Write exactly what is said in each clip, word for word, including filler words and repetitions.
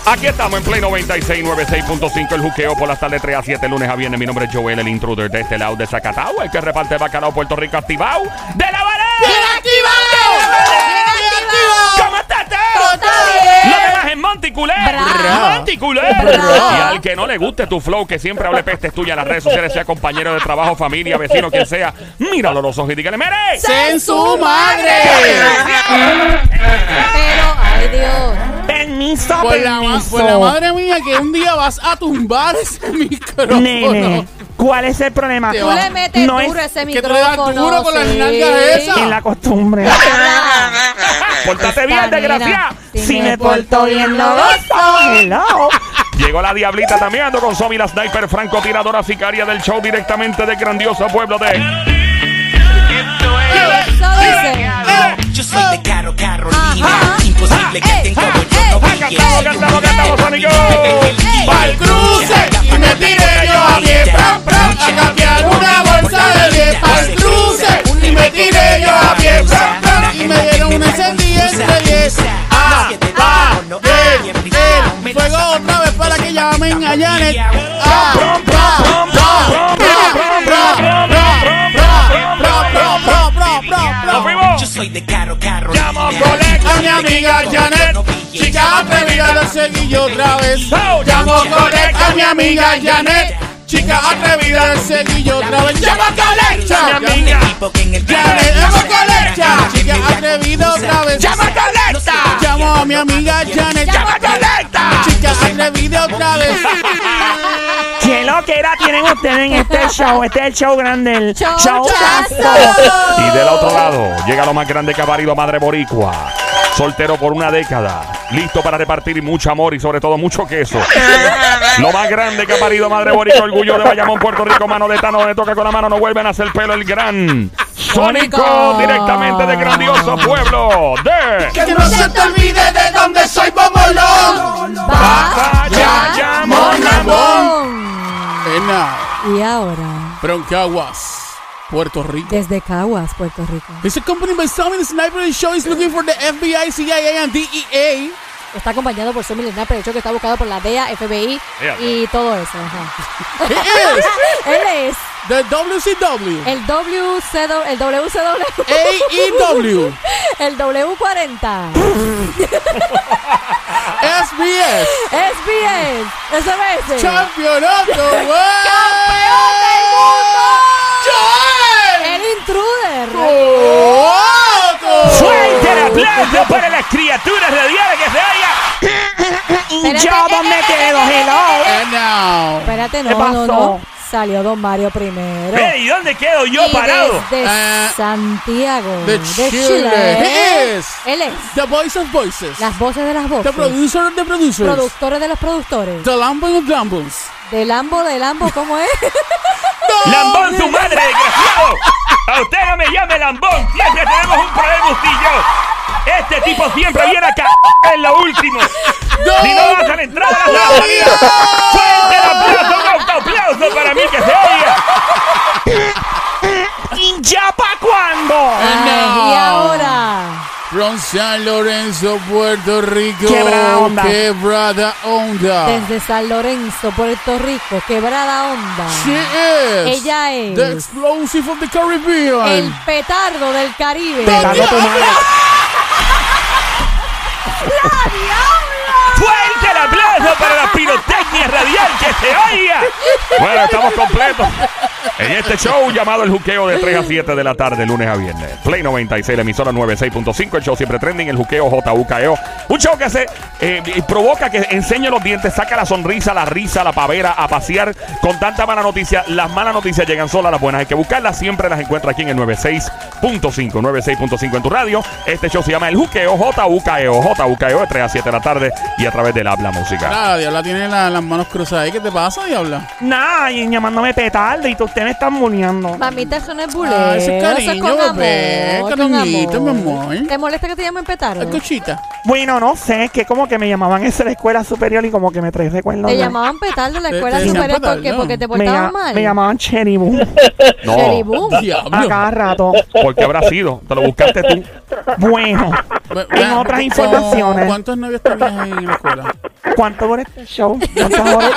Aquí estamos en Play noventa y seis, noventa y seis punto cinco, el juqueo por las tardes tres a siete, lunes a viernes. Mi nombre es Joel, el intruder de este lado de Zacatau, el que reparte bacalao Puerto Rico activado. ¡De la vareta! ¡Bien activado! ¡Bien activado! ¿Cómo estás tú? ¡Todo bien! Lo demás es Monticulé. Monticulé. Y al que no le guste tu flow, que siempre hable pestes tuya en las redes sociales, sea compañero de trabajo, familia, vecino, quien sea, míralo a los ojos y dígale, ¡mere! ¡En su madre! Pero, ay Dios. Permiso, Por la, ma- permiso. por la madre mía que un día vas a tumbar ese micrófono. Nene, ¿cuál es el problema? Te Tú va- le metes No duro es- ese que te le das micrófono. duro con las sí. nalgas esas. En la costumbre. Pórtate bien, Esta desgraciada. nena, Si me porto bien, no gozo. Hello. Llegó la diablita también, ando con Somi, la sniper francotiradora sicaria del show directamente del grandioso pueblo de... Eso dice. Yo soy de Caro Carolina. Ajá. Imposible que Ey, tenga ey, como yo no ey. brille. Cantamos, cantamos, cantamos, Sónico. Pa'l cruce y me tiré yo a pie, pram, pram, a cambiar una bolsa de diez. Pa'l cruce y me tiré yo a pie, pram, pram, y me dieron una encendida entre diez. Ah, ah, eh, eh, fuego otra vez para que llamen a Janet. Ah, pram, pram, pram, pram, pram, pram, pram, pram, pram, pram, pram, pram. ¡Nos fuimos! Yo soy de Caro Carolina. ¡Llamo colecta! A mi amiga Janet, chica atrevida del seguillo otra vez. Llamo colecta a mi amiga Janet, chica atrevida del seguillo otra vez. Llamo colecta, Mi amiga. Tipo que en el Janet, llamo colecta, chica atrevida otra vez. Llamo colecta, llamo a mi amiga Janet, llamo colecta, chica atrevida otra vez. ¿Qué lo que era tienen ustedes en este show? Este es el show grande, el Show show chazo. Y del otro lado llega lo más grande que ha parido Madre Boricua. Soltero por una década, listo para repartir mucho amor y sobre todo mucho queso. Lo más grande que ha parido Madre Boricua, orgullo de Bayamón, Puerto Rico, mano de Tano, donde toca con la mano, no vuelven a hacer pelo, el gran Sónico, Sónico. directamente del grandioso pueblo de... Que no se te olvide de dónde soy, Bombolón. Baja, ya, ya, mon, Ramón. Nena, Y ahora, Broncaguas, Puerto Rico. desde Caguas, Puerto Rico. It's a company by Simon Sniper. The show is looking for the F B I, C I A, and D E Está acompañado por Somi Sniper, de hecho que está buscado por la D E A, F B I Yeah. y todo eso. Ajá. A. It is Él es the W C W, el W C W, el W C W, A E W, el W cuarenta, S B S, S B S, S B S, Campeonato ¡Campeón del mundo! Joel El intruder. Coto. Fuerte el aplauso para las criaturas radiales que se haya. ¿Y Espérate, yo dónde eh, quedo? Hello. And now, Espérate, ¿Qué no, no, pasó? no. Salió Don Mario primero. ¿Y dónde quedo yo Y parado? desde Eh, Santiago, de de Chile. Chile. He is Él es the voice of voices, las voces de las the voces, producer of the producers, productores de los productores, the Lambo of Lambos. de Lambo, de Lambo, ¿cómo es? ¡Lambón, su madre, desgraciado! A usted no me llame Lambón. Siempre tenemos un problema usted y yo. Este tipo siempre viene acá en lo último. Si no vas a la entrada, vas a la salida. ¡Fuerte el aplauso! ¡Un autoaplauso para mí que se oiga! ¿Y ya pa' cuándo? And now, Y ahora, from San Lorenzo, Puerto Rico, Quebrada onda. Quebrada onda. desde San Lorenzo, Puerto Rico, Quebrada Onda, She is ella es the explosive of the Caribbean. el petardo del Caribe. Petardo tu madre. ¡Fuerte el aplauso para la pirotecnia radial que se oiga! Bueno, estamos completos en este show llamado El Juqueo de tres a siete de la tarde, lunes a viernes. Play noventa y seis, la emisora noventa y seis punto cinco, el show siempre trending, el Juqueo J U K E O. Un show que se eh, y provoca que enseñe los dientes, saca la sonrisa, la risa, la pavera, a pasear con tanta mala noticia. Las malas noticias llegan solas, las buenas hay que buscarlas. Siempre las encuentra aquí en el noventa y seis punto cinco, noventa y seis punto cinco en tu radio. Este show se llama El Juqueo J U K E O, J U K E O de tres a siete de la tarde y a través del Habla Música. Nada, Diabla tiene la- las manos cruzadas. ¿Y qué te pasa, Diabla? Nada, allá y llamándome petardo y tú- ustedes me están bulleando. Mamita, eso no es buleo. Ah, eso es eso es cariño, con bebé, amor. Con cariñito, mi amor. amor. ¿Te molesta que te llamen petardo? Ay, cochita. Bueno, no sé, es que como que me llamaban eso en la escuela superior y como que me traes recuerdos. Te ¿no? llamaban petardo en la Te- escuela te decían superior porque, petardo. porque te me, portaban lla- mal. me llamaban Cheribú No. Cherry Boom. a Diablo. cada rato. ¿Por qué habrá sido? Te lo buscaste tú. Bueno, Ve- en vea, otras ¿cómo- informaciones. ¿Cuántos novios tenías ahí en la escuela? ¿cuánto por este show? ¿Cuántas horas?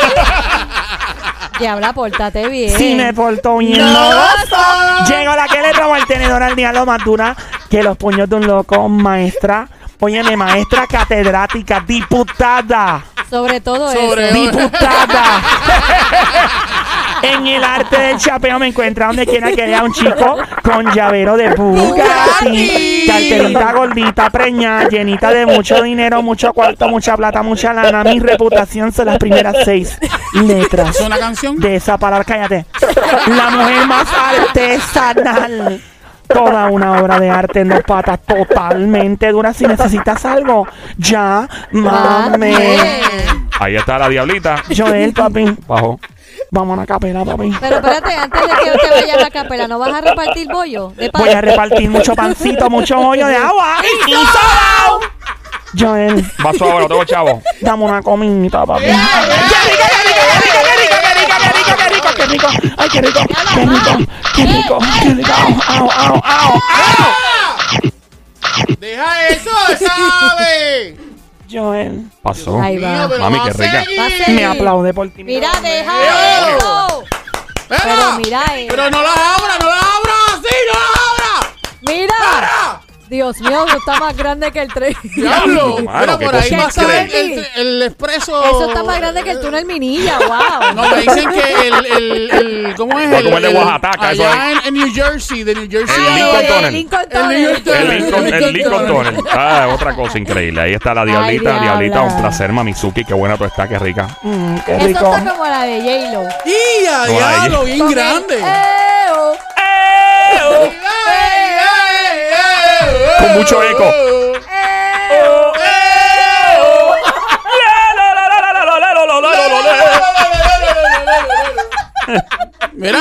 Diabla, pórtate bien. Si me porto bien. Llegó la que le trabó el tenedor al diablo más dura que los puños de un loco, maestra. Óyeme, maestra catedrática, diputada. Sobre todo Sobre- eso. Diputada. En el arte del chapeo me encuentra donde quiera que haya un chico con llavero de Bugatti, Bugatti. carterita gordita, preñada, llenita de mucho dinero, mucho cuarto, mucha plata, mucha lana. Mi reputación son las primeras seis letras ¿Es una canción? de esa palabra. Cállate. La mujer más artesanal. Toda una obra de arte en dos patas, totalmente dura. Si necesitas algo, llámame. Ahí está la diablita. Joel, papi. Bajo. Vamos a una capela, papi. Pero espérate, antes de que te vayas a la capela, ¿no vas a repartir bollo? De pan? Voy a repartir mucho pancito, mucho bollo de agua. ¡Y solo! Joel, Vaso ahora, tengo chavo. dame una comidita, papi. ¡Qué rico, qué rico, qué rico, qué rico, qué rico, qué rico! ¡Ay, qué rico, qué rico, qué rico, qué rico! ¡Au, au, au, au! ¡Deja eso, sabe! Joel, Pasó. Ahí va. Mío, pero Mami, va qué a rica. seguir. Va a seguir. me aplaude por ti. Mira, deja Mira. eso. Espera. Pero mira eso. Pero no las abra, no las abra así, no las abra. Mira. ¡Para! Dios mío, eso está más grande que el tren. Diablo. Mano, Pero qué por ahí cosa pasa el, increíble. el, el expreso. Eso está más grande que el túnel Minilla, wow. No, me dicen que el, el, el ¿cómo es? No, El, como el de el- Oaxaca, eso allá en, en New Jersey, de New Jersey. El Lincoln El Tunnel. Lincoln El Tunnel. Lincoln El Lincoln, el Lincoln Tunnel. Ah, otra cosa increíble. Ahí está la diablita. Ay, Diablita, diabla. un placer, Mamizuki. Qué buena tú estás, qué rica. Mm, qué Eso rico. está como la de J-Lo. ¡Y a No, diablo! ahí- Bien Con el grande. eo. ¡Eh! ¡Ey, ey, ey, ey! Con mucho eco. Eo. Mira,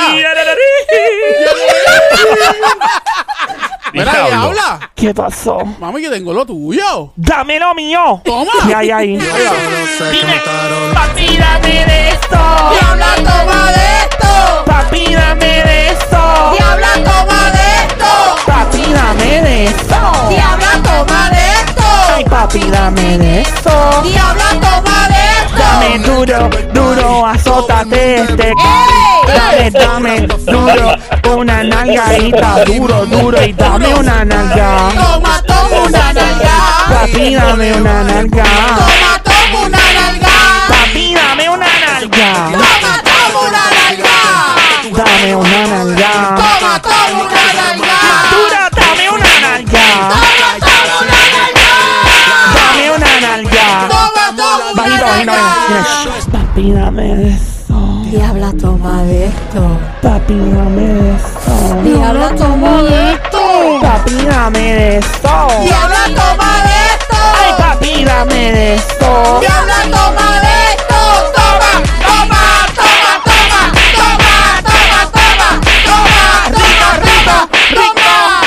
mira, Diablo. diabla. ¿Qué pasó? Mami, que tengo lo tuyo. ¡Dame lo mío! Toma. ¿Qué hay ahí? Dime. Papi, dame de esto. Diabla, toma de esto. Papi, dame de esto. Diabla, toma de esto. Papi, dame de esto. Diabla, toma de esto. Ay, papi, dame de esto. Diabla, toma de esto. Dame duro, duro, azótate este. Dame, dame duro, una nalgadita, duro, duro y dame una nalga. Toma, toma una nalga. Papi, dame una nalga. Toma, toma una nalga. Papi, dame una nalga. Toma, toma una nalga. Dame una nalga. Toma, toma una nalga. Duro, dame una nalga. Toma, toma una nalga. Dame una nalga. Toma, toma una Bajito, bajito, nalga. mira. Shh. Papi, dame de esto. Diabla, toma de esto. Papi, dame de esto. Diabla, toma de esto. Papi, dame de esto. Diabla, toma de esto. Ay, papi, dame de esto. Diabla, toma de esto. Toma, toma, toma, toma, toma, toma, toma, toma, toma, toma,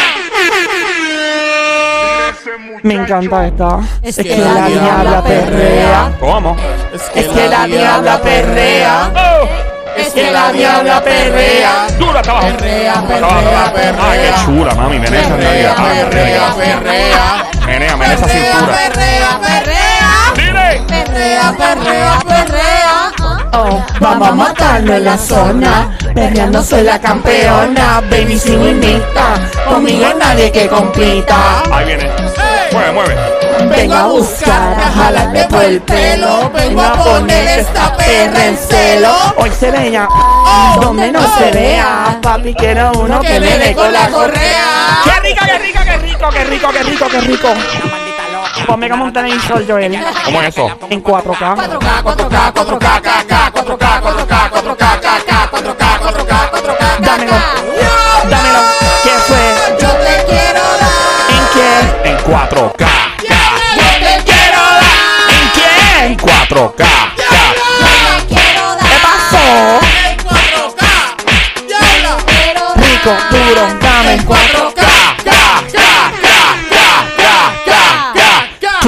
toma. Me encanta esta. Es Es que la diabla perrea. ¿Cómo? Es que la diabla perrea. ¡Oh! Es que la diabla perrea. ¡Dura, hasta abajo! Perrea, Hasta perrea, abajo, hasta abajo. perrea. ¡Ay, qué chula, mami! Menea esa Perrea, nalga. Ay, perrea, perrea. Menea, menea esa cintura. Perrea, perrea. ¡Dile! Perrea, perrea, perrea. Oh, vamos a matarnos en la zona. Perreando soy la campeona. Ven y sigo invicta. Conmigo nadie que compita. Ahí viene. Mueve, mueve. Vengo a buscar, a jalarte por el pelo. Vengo a poner esta perra en celo. Hoy se veía donde no se vea. Papi, quiero uno que me dé con la correa. ¡Qué rico, qué rico, qué rico, qué rico, qué rico, qué rico! Ponme como un televisor, Joel. ¿Cómo es eso? En cuatro K. cuatro K, cuatro K, cuatro K, cuatro K, cuatro K, cuatro K, cuatro K, cuatro K, cuatro K, cuatro K. Dámelo, dámelo. ¿Qué fue? Yo te quiero dar. ¿En qué? En cuatro K. Yo te quiero dar. ¿En qué? En cuatro K. Yo te quiero dar. ¿Qué pasó?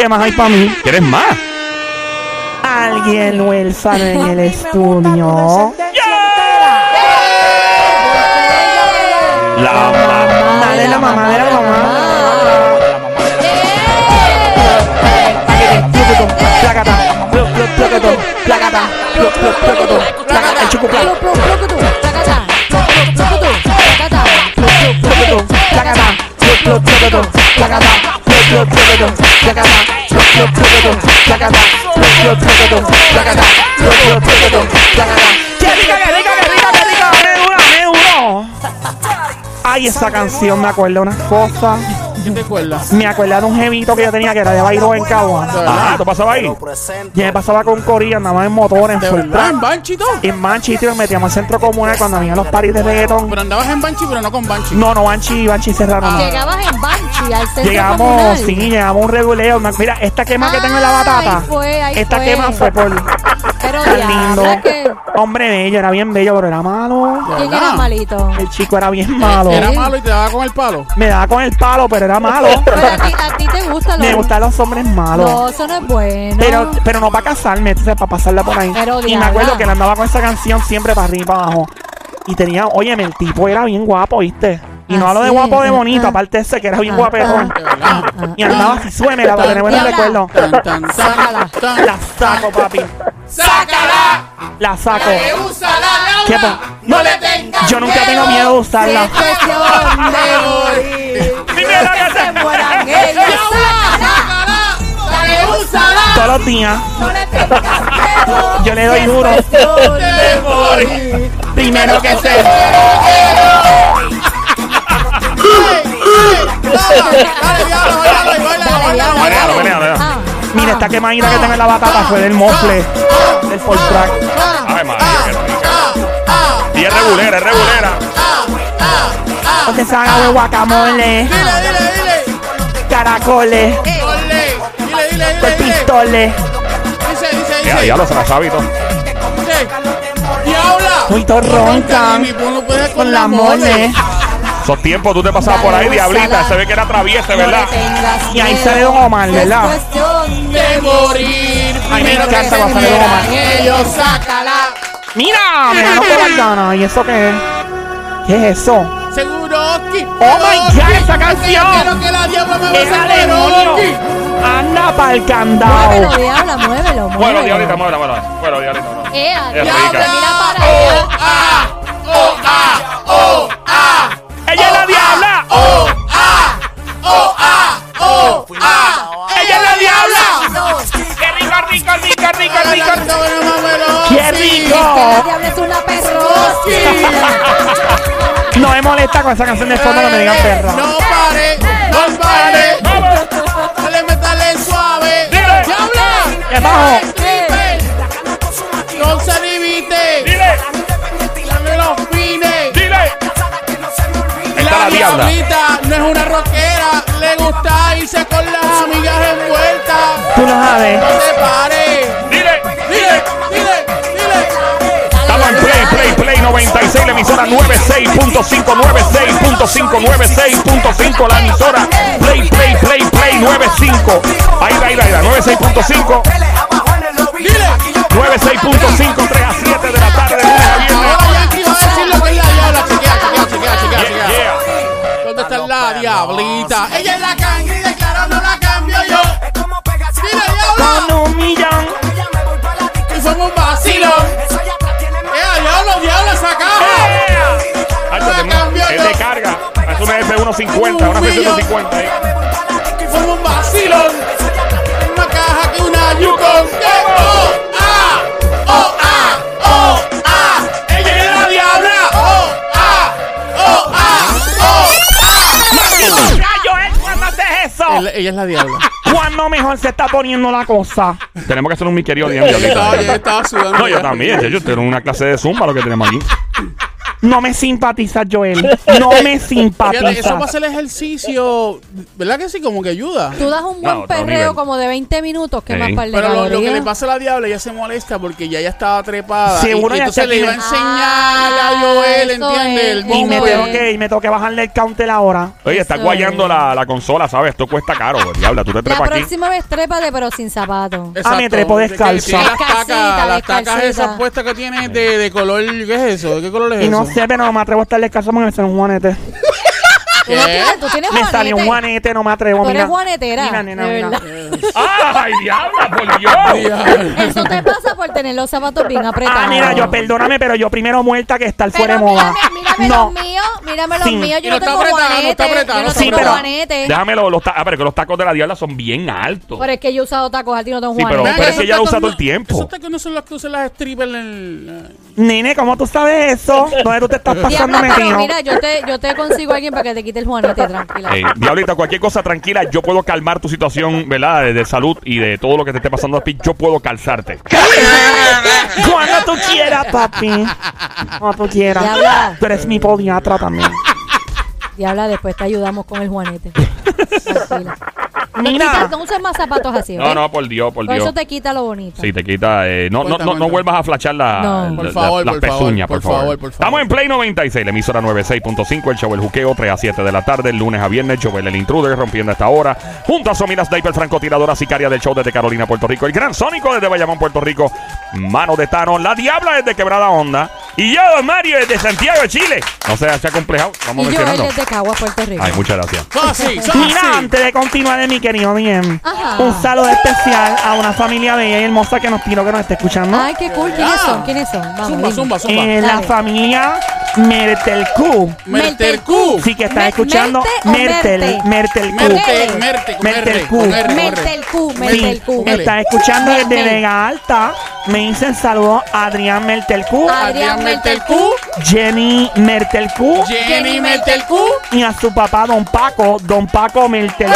¿Qué más hay para mí? ¿Quieres más? Alguien huérfano en el estudio. La mamá. Dale la mamá de la mamá. Placata, plo, plo, placatón, placata, plo, plo, placatón, placata, el chucuplá. Placata, plo, plo, placatón, placata, plo, plo, placatón, placata, plo, plo, placatón, placata, plo, plo, placatón, placata, plo, plo, placatón, placata. ¡Qué rica, qué rica, qué rica, qué rica! ¡Me duro, me duro! Ay, esa canción me acuerda unas cosas. ¿Qué te acuerdas? Me acuerdo de un jevito que yo tenía que era de Bairro en Cagua. Ah, ¿tú pasabas ahí? Y me pasaba con Corilla, nada más en motores, en ¿De full verdad? track. ¿En Banshee y todo? En Banshee, y me metíamos al centro comunal cuando había los paris de reggaetón. Pero andabas en Banshee, pero no con Banshee. No, no, Banshee, Banshee Serrano, no. Llegabas en Banshee al centro Llegamos, comunal. sí, llegamos a un reguleo. Mira, esta quema que tengo en la batata. Ahí fue, ahí esta fue. quema fue por Pero tan diabla, lindo. que- Hombre bello, era bien bello, pero era malo. ¿Quién ¿Verdad? era malito? El chico era bien malo. Era malo y te daba con el palo. Me daba con el palo, pero era malo. Pero a ti, a ti te gustan los... Me gustan los hombres malos. No, eso no es bueno. Pero, pero no para casarme, entonces para pasarla por ahí. Pero, y me diabla. acuerdo que él andaba con esa canción siempre para arriba y para abajo. Y tenía, óyeme, el tipo era bien guapo, ¿viste? Y no Ah, hablo de sí, guapo de ah, bonito, ah. aparte de ese que era bien Ah, guaperón. De verdad. Y andaba así, suémela para tener buenos Diabla. recuerdos. Tan, tan, tan, Sácala. tan. La saco, papi. ¡Sácala! La saco. ¡Úsala, ¿Qué Laura! pa- ¡No le tengas Yo nunca tengo miedo de usarla. Es cuestión de morir. Dime la que Se mueran ellos. Sácala. ¡Dale, úsala! Todos los días. No le tengas miedo. Yo le doy Es duro. cuestión de morir. Primero que se. ¡Dale, diablo, bailalo y baila, Dale, baila, diabla, baila! Venea, dale. venea, venea. Ah, Mira, esta quemadita que tengo en la batata fue del mofle. Del full track. Ay, María, qué rica. Y es regulera, es regulera. Donde se haga de guacamole, Dile, dile, dile. caracoles, Ole. Dile, dile, con dile, dile. pistoles. Dice, dice, Ya, dice. diablo, se la sabe y todo. Dice. ¡Diabla! Muy ronca. Mi pueblo puede Con la mole. Esos tiempos tú te pasabas por ahí, Dale, diablita. úsala. Se ve que era traviesa, no ¿verdad? le tengas Y ahí miedo. sale Don Omar, ¿verdad? Es cuestión de De morir. Ay, me Primero que encanta se cuando sale Don Omar. mueran ellos, sácala. Mira, me ganó con las ganas. ¿Y eso qué es? ¿Qué es eso? Seguro que. Oh my God, esa canción. Quiero que la diabla me ¡Es bese al demonio! Anda pa'l Muévelo, candado. diabla, muévelo, muévelo. Bueno, diablita, muévela, muévela. Bueno, diablita, muévela. Ea, Es diabla, rica. mira para Oh, allá. ah, oh, ah, oh, ah. ¡Ella es la diabla! Oh, ah, oh, ah, oh, ah. ¡Ella es la diabla! No, ¡Qué rico, rico, rico, rico, rico! que ¡Qué la rico! diabla es una perrosa. No me molesta con esa canción de fondo que me digan perra. No pare, no pare. Dale, métale suave. Dile. ¡Diabla! ¡Qué bajo! No se limite. Dile, Dame los fines. dile. Ahí está la diabla. diablita no es una rockera. Le gusta irse con las amigas envueltas. Tú lo sabes. No se pare. Dile. Dile, dile, dile. Estamos en Play, Play, Play noventa y seis, la emisora noventa y seis punto cinco, noventa y seis punto cinco, noventa y seis punto cinco, la emisora Play, Play, Play, Play noventa y cinco. Ahí va, ahí va, ahí va, noventa y seis punto cinco, Dile. noventa y seis punto cinco, tres a siete de la tarde, de lunes a viernes. Ahora Yankee va a decir lo que es la diabla. Chequea, chequea, chequea, chequea, Yeah, chequea. yeah. ¿Dónde está la diablita? Ella es la cangre y declaro no la cambio yo. Dile, diabla. Con un millón. Y somos un vacilón. ¡Eh, diablo, diablo, saca! Ay, yo tengo- Es de carga. Es una F ciento cincuenta, una F ciento cincuenta. ahí. Y somos un vacilón. Una caja que una Yukon. ¡Eh, oh, ah! ¡Oh, ah! ¡Oh, ah! ¡Ella es la diabla! ¡Oh, ah! ¡Oh, ah! ¡Oh, ah! ¡Gallo, eh! ¿Cuándo haces eso? Ella, ella es la diabla. ¿Cuándo mejor se está poniendo la cosa? Tenemos que hacer un mi querido día, Estaba, diablita. estaba sudando. No, yo ya. también. Yo tengo una clase de zumba lo que tenemos aquí. No me simpatiza, Joel. No me simpatiza. Fíjate, eso para hacer ejercicio, ¿verdad que sí? Como que ayuda. Tú das un buen No, otro perreo nivel. como de veinte minutos, que Sí. más par de Pero lo, lo que calorías. le pasa a la diabla, ella se molesta porque ya ella estaba trepada. Seguro y, y ya entonces se le iba a tiene- enseñar a Ah, Joel, eso ¿entiendes? es, El Y me eso bombo. tengo es. que, y me tengo que bajarle el counter ahora. Oye, está Eso guayando es. la, la consola, ¿sabes? Esto cuesta caro, güey. Diabla, tú te La trepas aquí. próxima vez trépate, pero sin zapatos. Exacto. me trepo De que descalzo. tiene Las Descalcita, tacas, las tacas descalcita. esas puestas que tiene de, de color, ¿qué es eso? ¿De qué color es Y eso? no sé, pero no me atrevo a estar descalzo porque me sale un juanete. ¿Tú, no tienes, tú tienes Me juanete. salió un juanete, no me atrevo. Tú eres Mira. juanetera, Mira, nena, de mira. verdad. ¡Ay, diabla, por Dios! Diablo. Eso te pasa por tener los zapatos bien apretados. Ah, mira, yo perdóname, pero yo primero muerta que estar fuera de Pero moda. mírame, mírame No. los míos, mírame los Sí. míos. Y Yo no no está tengo apretado, no juanete. está apretado, Yo no no está tengo apretado. juanete. Déjame los, los ta- ah, pero que los tacos de la diabla son bien altos. Pero es que yo he usado tacos altos y no tengo Sí, pero- juanete. pero es que ella lo esos usa todo el tacos tiempo. no- Esos tacos no son los que usan las strippers en el... Nene, ¿cómo tú sabes eso? ¿Dónde tú te estás pasando Diabla, pero metido? mira, yo te, yo te consigo a alguien para que te quite el juanete, tranquila. Ey, diablita, cualquier cosa tranquila, yo puedo calmar tu situación, ¿verdad? De, de salud y de todo lo que te esté pasando a ti, yo puedo calzarte. Cuando tú quieras, papi. Cuando tú quieras. Diabla. Tú eres mi podiatra también. Diabla, después te ayudamos con el juanete. Tranquila. Mira. Quita- No uses más zapatos así, ¿ok? No, no, por Dios, por Por Dios. eso te quita lo bonito. Sí, te quita. eh, no, no, Cuenta, no, no cuenta. vuelvas a flashar la, No. la- Por la- favor, las por favor, pezuñas, por, por favor. favor, por favor. Estamos en Play noventa y seis, la emisora noventa y seis punto cinco, el show El Juqueo, tres a siete de la tarde, lunes a viernes. Joel el Intruder rompiendo esta hora. Junto a Somira Sniper, francotiradora sicaria del show desde Carolina, Puerto Rico. El Gran Sónico desde Bayamón, Puerto Rico. Mano de Tano. La Diabla desde Quebrada Onda. Y yo, Don Mario, desde Santiago de Chile. No se ha complejado. Vamos Y yo, él mencionando. desde Caguas, Puerto Rico. Ay, muchas gracias. Fácil, Mira, fácil. antes de continuar de mi querido bien, Ajá. un saludo especial a una familia bella y hermosa que nos tiró, que nos está escuchando. Ay, qué cool. ¿Quiénes Ah. son? ¿Quiénes son? Vamos, Zumba, dime. zumba, zumba. Eh, la Dale. familia Mertelcu. Mertelcu. Sí, que está Me- escuchando. Merte o Mertel, Merte. Mertelcu. Merte, Merte, con Merte R, el cu. con R, con R. Mete el Q, Sí, mete el Q. con L. está escuchando desde Mertel. Vega Alta. Me dicen saludos a Adrián Mertelcu, Adrián Mertelcu. Jenny Mertelcu Jenny Mertelcu. y a su papá Don Paco, Don Paco Mertelcu.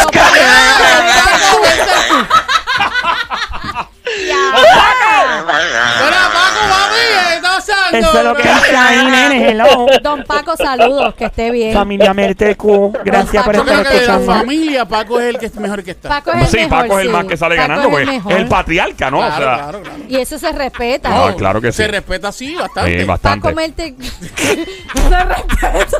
Pero Paco, mami, ¿qué está pasando? Eso es lo que dice ahí, nene. Hello. Don Paco, saludos, que esté bien. Familia Mertelcu, gracias por Yo estar creo que de la escuchando. familia, Paco es el que es mejor que está. Paco es el Sí, mejor, Paco es el sí. más que sale Paco ganando, es el pues. mejor. El patriarca, ¿no? Claro, o sea, claro, claro. Y eso se respeta. No, claro que sí. Se respeta así bastante. Eh, bastante. Paco Merte... se respeta.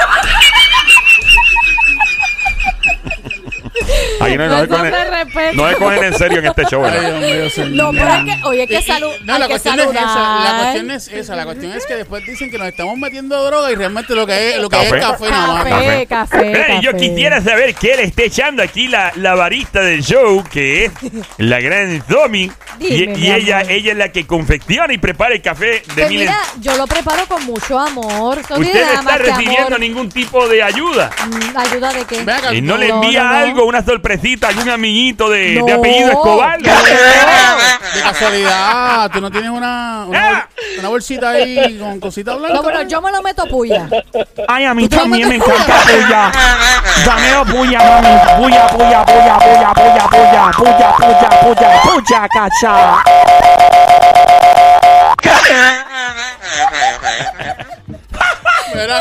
Ahí no, no, Eso se cogen, se respeta. no se cogen en serio en este show, Ay, ¿verdad? Dios mío, señor. No, pero es que, oye, hay Y- que, y- salu no, hay la que cuestión es saludar. esa, la cuestión es esa, la cuestión es que después dicen que nos estamos metiendo droga y realmente lo que es, lo que Café. es café nada más. Café, café, Mira, y yo café. quisiera saber qué le está echando aquí la, la barista del show, que es la gran Tommy. Y, Dime, y mi ella, amor. ella es la que confecciona y prepara el café de Pues miles. mira, yo lo preparo con mucho amor. Eso Usted tiene no nada más está que recibiendo amor. ningún tipo de ayuda. Mm, ¿Ayuda de qué? Ven acá, Y no le no, envía no, no. algo, una sorpresita, algún amiguito de, No, de apellido Escobar. no. de casualidad, tú no tienes una, una, bol- una bolsita ahí con cosita blanca. No, pero yo me lo meto puya. Ay, a mí también me encanta puya. Dámelo puya, mami. Puya, puya, puya, puya, puya, puya, puya, puya, puya, puya, cacha. Mira,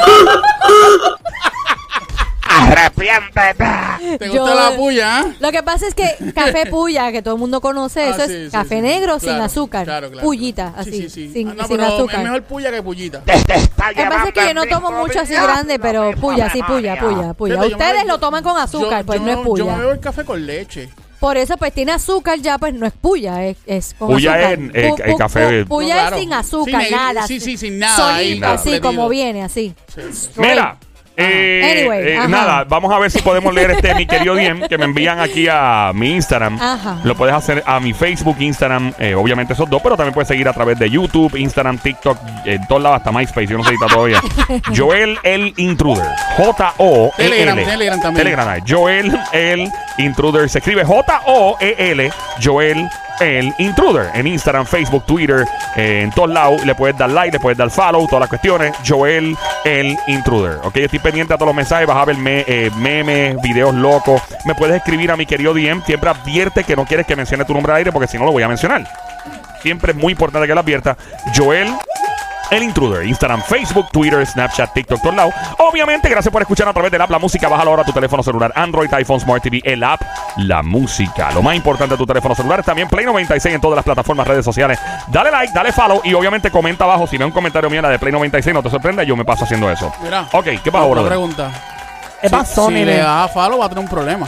¿te gusta Yo- la puya? ¿eh? Lo que pasa es que café puya, que todo el mundo conoce, Ah, eso sí, es sí, café sí. negro sin Claro, azúcar. claro, claro. Pullita, Sí, así, sí, sí. sin, Ah, no, sin pero azúcar. es mejor puya que pullita. Lo que pasa es que yo no tomo mucho así grande, pero puya, sí, puya, puya, puya. Fíjate, yo me Ustedes veo- lo toman con azúcar, yo- pues yo no es me- puya. Yo me bebo el café con leche. Por eso, pues tiene azúcar ya, pues no es puya, es, es con Puya azúcar. es, eh, Pu- el pu- café- pu- puya No, claro. es sin azúcar, Sí, ne- nada. sí, sí, sin nada Solito, ahí, así completido. como viene, así. Mira. eh, Anyway, eh, ajá. nada, vamos a ver si podemos leer este mi querido Diem que me envían aquí a mi Instagram. Ajá. Lo puedes hacer a mi Facebook, Instagram, eh, obviamente esos dos, pero también puedes seguir a través de YouTube, Instagram, TikTok, en todos lados, hasta MySpace, yo no sé si está todavía. Joel el Intruder. J O E L. Telegram, Telegram también. Telegram, ah, Joel el Intruder. Se escribe J O E L, Joel el Intruder. En Instagram, Facebook, Twitter, eh, en todos lados. Le puedes dar like, le puedes dar follow, todas las cuestiones. Joel el Intruder. Ok, estoy pendiente a todos los mensajes. Vas a ver me- eh, memes, videos locos. Me puedes escribir a mi querido D M. Siempre advierte que no quieres que mencione tu nombre al aire porque si no lo voy a mencionar. Siempre es muy importante que lo advierta. Joel El Intruder, Instagram, Facebook, Twitter, Snapchat, TikTok, todos lados. Obviamente, gracias por escuchar a través del app La Música. Bájalo ahora a tu teléfono celular, Android, iPhone, Smart T V, el app La Música. Lo más importante de tu teléfono celular, también Play noventa y seis en todas las plataformas, redes sociales. Dale like, dale follow y obviamente comenta abajo. Si no hay un comentario mío la de Play noventa y seis, no te sorprenda, yo me paso haciendo eso. Mira. Ok, ¿qué pasa ahora? Una pregunta. ¿Qué Si- pasó, Si nene? le das a follow va a tener un problema.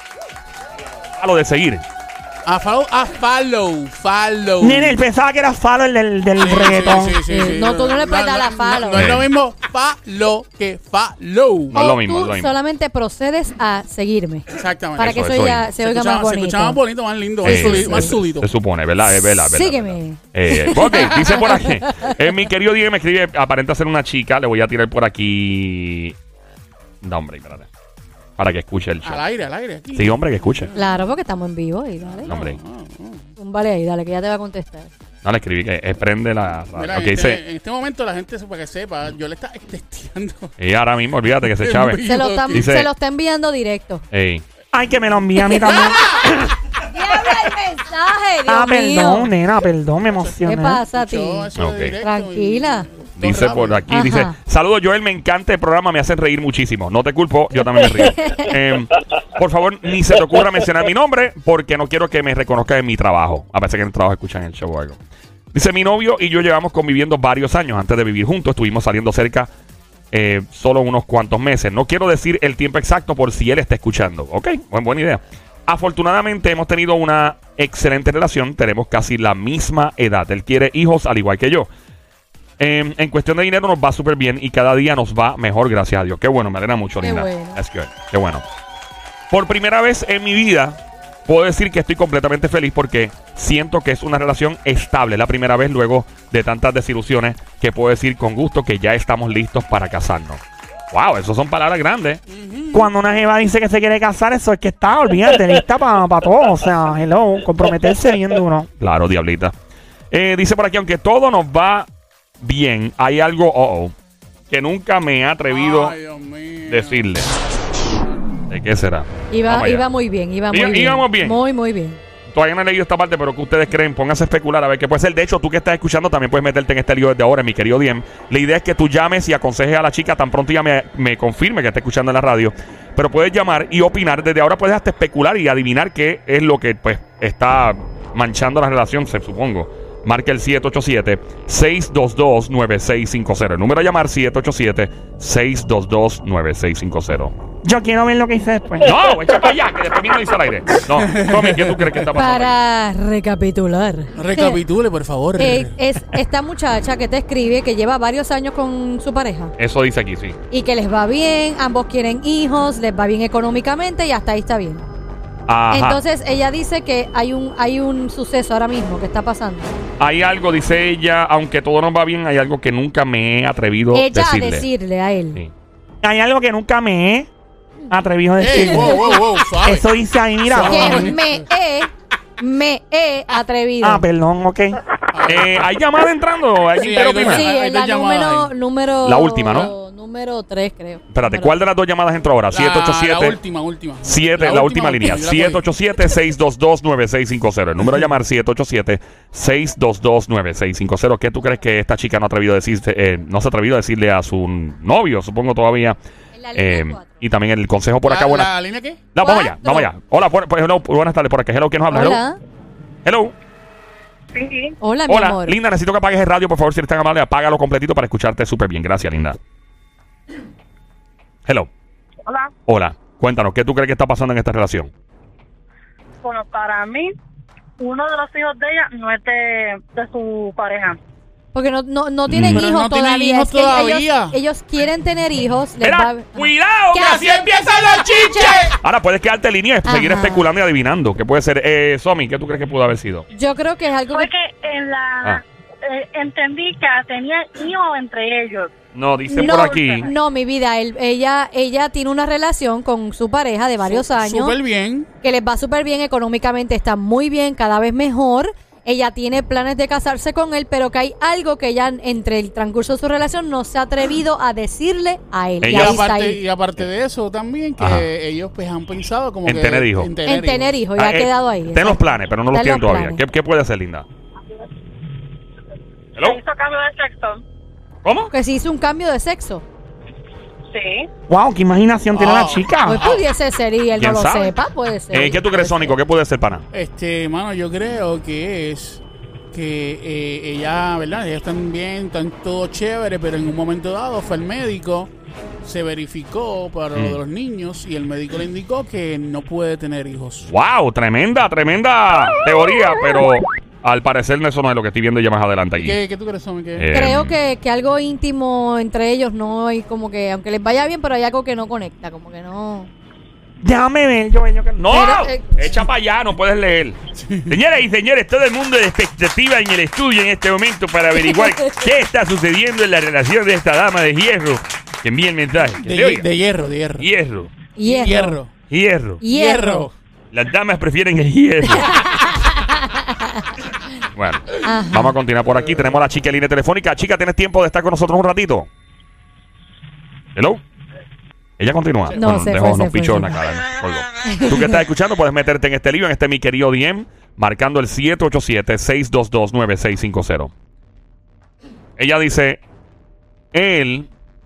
A lo de seguir. A follow, a follow, follow. Nene, él pensaba que era Falo el del, del Sí, sí, reggaetón. sí, sí, sí. No, tú no le puedes dar a follow. No, no es lo Sí. mismo follow que follow. No es lo O mismo, tú es lo mismo. solamente procedes a seguirme. Exactamente. Para que Eso, eso, eso ya es. se oiga escuchaba, más se bonito. escuchaba más bonito, más lindo, Eh, más, suli- sí. más súbito. Se supone, ¿verdad? Es verdad, verdad. Sígueme. Eh, ok, dice por aquí. Eh, mi querido Diego me escribe, aparenta ser una chica. Le voy a tirar por aquí. No, hombre, espérate. Para que escuche el show. Al aire, al aire. Aquí. Sí, hombre, que escuche. Claro, porque estamos en vivo y dale. No, hombre. Vale ahí, dale, que ya te va a contestar. No le escribí que eh, prende la radio. Mira, Ok, en, este, dice. en este momento la gente, para que sepa, yo le estaba testeando. Y ahora mismo, olvídate que se chave. Se lo, está, Dice- se lo está enviando directo. Ey. Ay, que me lo envía a mí también. ¡Diabla el mensaje, Dios Ah, mío! perdón, nena, perdón, me emocioné. ¿Qué pasa a ti? Yo, eso de Ok. directo Tranquila. y- Dice todo por rápido. aquí, Ajá. dice, saludos Joel, me encanta el programa, me hacen reír muchísimo. No te culpo, yo también me río. Eh, por favor, ni se te ocurra mencionar mi nombre porque no quiero que me reconozca en mi trabajo. A veces que en el trabajo escuchan el show o algo. Dice, mi novio y yo llevamos conviviendo varios años. Antes de vivir juntos, estuvimos saliendo cerca eh, solo unos cuantos meses. No quiero decir el tiempo exacto por si él está escuchando. Ok, buen, buena idea. Afortunadamente hemos tenido una excelente relación. Tenemos casi la misma edad. Él quiere hijos al igual que yo. Eh, en cuestión de dinero nos va súper bien y cada día nos va mejor, gracias a Dios. Qué bueno, me alegra mucho, Qué linda. bueno. That's good. Qué bueno. Por primera vez en mi vida puedo decir que estoy completamente feliz porque siento que es una relación estable. La primera vez luego de tantas desilusiones que puedo decir con gusto que ya estamos listos para casarnos. Wow, eso son palabras grandes. Cuando una jeva dice que se quiere casar, eso es que está, olvídate, lista para todo. O sea, hello, comprometerse bien duro. Claro, diablita. Eh, dice por aquí, aunque todo nos va bien, hay algo oh, oh, que nunca me he atrevido a Ay, Dios mío. decirle. ¿De qué será? Iba, Vamos allá. iba muy bien, iba muy Iba- bien. íbamos bien. Muy, muy bien. Todavía no he leído esta parte, pero ¿qué ustedes creen? Pónganse a especular a ver qué puede ser. De hecho, tú que estás escuchando también puedes meterte en este lío desde ahora, mi querido Diem. La idea es que tú llames y aconsejes a la chica tan pronto ya me, me confirme que está escuchando en la radio. Pero puedes llamar y opinar. Desde ahora puedes hasta especular y adivinar qué es lo que pues está manchando la relación, se supongo. Marca el siete ocho siete, seis dos dos, nueve seis cinco cero. El número a llamar siete ocho siete, seis dos dos, nueve seis cinco cero. Yo quiero ver lo que hice después. No, echa para allá, que después mismo dice al aire. No, Tommy, ¿qué tú crees que está pasando? Para recapitular. Recapitule, por favor. Eh, es esta muchacha que te escribe que lleva varios años con su pareja Eso dice aquí, sí. y que les va bien, ambos quieren hijos, les va bien económicamente y hasta ahí está bien. Ajá. Entonces ella dice que hay un hay un suceso ahora mismo que está pasando. Hay algo, dice ella, aunque todo nos va bien, hay algo que nunca me he atrevido a Ella decirle. a decirle a él. Sí. Hay algo que nunca me he atrevido a Ey, decir. wow, wow, wow, suave. Eso dice ahí, mira. Que me he me he atrevido. Ah, perdón, ok. Eh, ¿Hay llamada entrando? ¿Hay Sí, quiere hay dos- opinar? Sí, Hay en dos la llamadas número, ahí. número... La última, ¿no? Número tres, creo. Espérate, Número ¿cuál de las dos llamadas entró ahora? La- siete ocho La siete, última, última. siete, la, última, línea. yo la siete cogí. ocho siete, seis dos dos, nueve seis cinco cero. El número a llamar siete ocho siete, seis dos dos, nueve seis cinco cero. ¿Qué tú crees que esta chica no ha atrevido a decirte, eh, no se ha atrevido a decirle a su novio, supongo todavía? En la línea Eh, cuatro. y también el consejo por acá. ¿La, Buena. ¿La línea qué? No, vamos allá, Cuatro. vamos allá. Hola, bu- bu- hello, buenas tardes por acá. Hello, ¿quién nos habla? Hola. Hello. Sí, Hola, mi Hola, amor. Linda, necesito que apagues el radio, por favor, si eres tan amable, apágalo completito para escucharte súper bien. Gracias, Linda. Hello. hola. Hola. Cuéntanos, ¿qué tú crees que está pasando en esta relación? Bueno, para mí, uno de los hijos de ella no es de, de su pareja. Porque no, no, no tienen Pero hijos no tienen todavía. hijos Es que ellos- todavía. Ellos, quieren tener hijos. Les Mira, va- cuidado, ¿Qué que así así empiezan los chiches. Ahora puedes quedarte en línea y Ajá. seguir especulando y adivinando. ¿Qué puede ser? Eh, Somi, ¿qué tú crees que pudo haber sido? Yo creo que es algo que... Porque en la Ah. eh, entendí que tenían hijos entre ellos. No, dice No, por aquí. no, mi vida, él- ella, ella tiene una relación con su pareja de varios Su- años, Súper bien. que les va súper bien económicamente, está muy bien, cada vez mejor. Ella tiene planes de casarse con él, pero que hay algo que ella, entre el transcurso de su relación, no se ha atrevido a decirle a él. Ella y Y ahí está aparte, ahí. y aparte de eso también, que Ajá. ellos pues han pensado como En que... tener hijos. En tener hijos, y Ah, ha eh, quedado ahí. Ten los planes, pero no los Está en tienen los todavía. planes. ¿Qué, ¿Qué puede hacer, Linda? Se Hello. hizo cambio de sexo. ¿Cómo? Que si hizo un cambio de sexo. Sí. Wow, qué imaginación tiene la Oh. chica. Pues pudiese ser y él ¿Quién no lo sabe? sepa, puede ser. Eh, ¿Qué tú puede crees, Sónico? ser. ¿Qué puede ser, pana? Este, mano, yo creo que es que eh, ella, ¿verdad? Ellas están bien, están todo chévere, pero en un momento dado fue el médico, se verificó para lo Mm. de los niños y el médico le indicó que no puede tener hijos. Wow, tremenda, tremenda teoría, pero al parecer eso no es lo que estoy viendo ya más adelante allí. ¿Qué, qué tú crees, Somi? ¿Qué? Eh, Creo que, que algo íntimo entre ellos no hay como que, aunque les vaya bien, pero hay algo que no conecta, como que no. Déjame ver, yo, yo que No, Pero, eh, echa para allá, no puedes leer. Señoras y señores, todo el mundo de expectativa en el estudio en este momento para averiguar qué está sucediendo en la relación de esta dama de hierro. Que envíe el mensaje. Que De, se oiga. de hierro, de hierro. Hierro, Hierro. Hierro. hierro. Hierro. Las damas prefieren el hierro. Bueno, Ajá. vamos a continuar por aquí. Tenemos a la chica en línea telefónica. Chica, ¿tienes tiempo de estar con nosotros un ratito? Hello. Ella continúa. No, se dejó fue, unos se fue, pichos en se la fue. cara. Colgó. Tú que estás escuchando puedes meterte en este lío, en este mi querido D M, marcando el siete ocho siete, seis dos dos, nueve seis cinco cero. Ella dice, él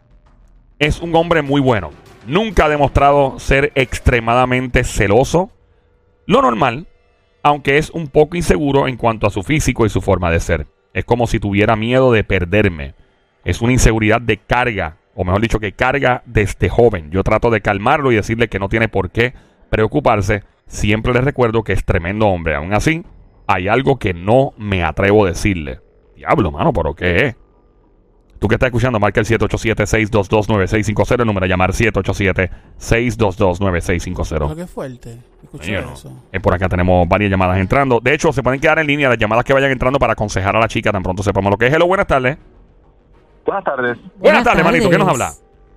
es un hombre muy bueno. Nunca ha demostrado ser extremadamente celoso. Lo normal, aunque es un poco inseguro en cuanto a su físico y su forma de ser. Es como si tuviera miedo de perderme. Es una inseguridad de carga, o mejor dicho, que carga desde joven. Yo trato de calmarlo y decirle que no tiene por qué preocuparse. Siempre le recuerdo que es tremendo hombre. Aún así, hay algo que no me atrevo a decirle. Diablo, mano, ¿pero qué es? Tú que estás escuchando, marca el siete ocho siete, seis dos dos, nueve seis cinco cero. El número a llamar siete ocho siete, seis dos dos, nueve seis cinco cero. Pero qué fuerte. Escuché Coño, eso. eh, por acá tenemos varias llamadas entrando. De hecho, se pueden quedar en línea las llamadas que vayan entrando para aconsejar a la chica tan pronto sepamos lo que es. Hello, buenas tardes. Buenas tardes. Buenas, tardes, manito. ¿Qué nos habla?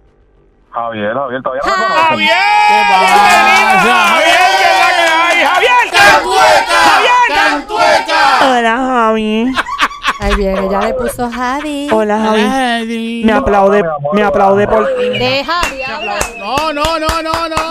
Javier, Javier, todavía no me conocen. ¡Javier! ¿Qué pasa? ¡Javier! ¿Qué es la que hay? ¡Javier! ¡Javier! ¡Cantueca! Hola, Javi. Ahí viene, ya le puso Javi. Hola, Javi. Ay, Me aplaude, me aplaude por ti. De Javi, habla. No, no, no, no, no, no.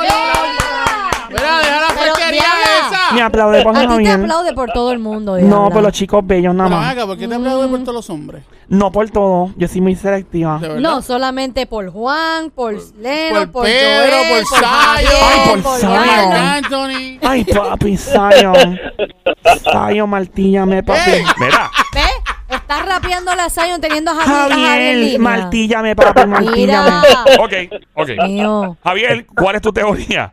Mira, deja la Pero, porquería Diana. esa. Me aplaude por A ti te Javier. aplaude por todo el mundo. No, Diabla. por los chicos bellos nada Pero más. venga, ¿por qué te aplaudes por todos los hombres? No por todo. Yo soy muy selectiva. ¿De verdad? No, solamente por Juan, por Leno, por por, Pedro, Joel, por Zion. Javier, Ay, por por Zion. Diana. Marc Anthony. Ay, papi, Zion. Zion, martíllame, papi. Ey. Mira, ¿Ves? Estás rapeando la Zion teniendo a Javi, a Javi en Javier, línea. martíllame, papi, martíllame. Mira. ok, ok. Mío. Javier, ¿cuál es tu teoría?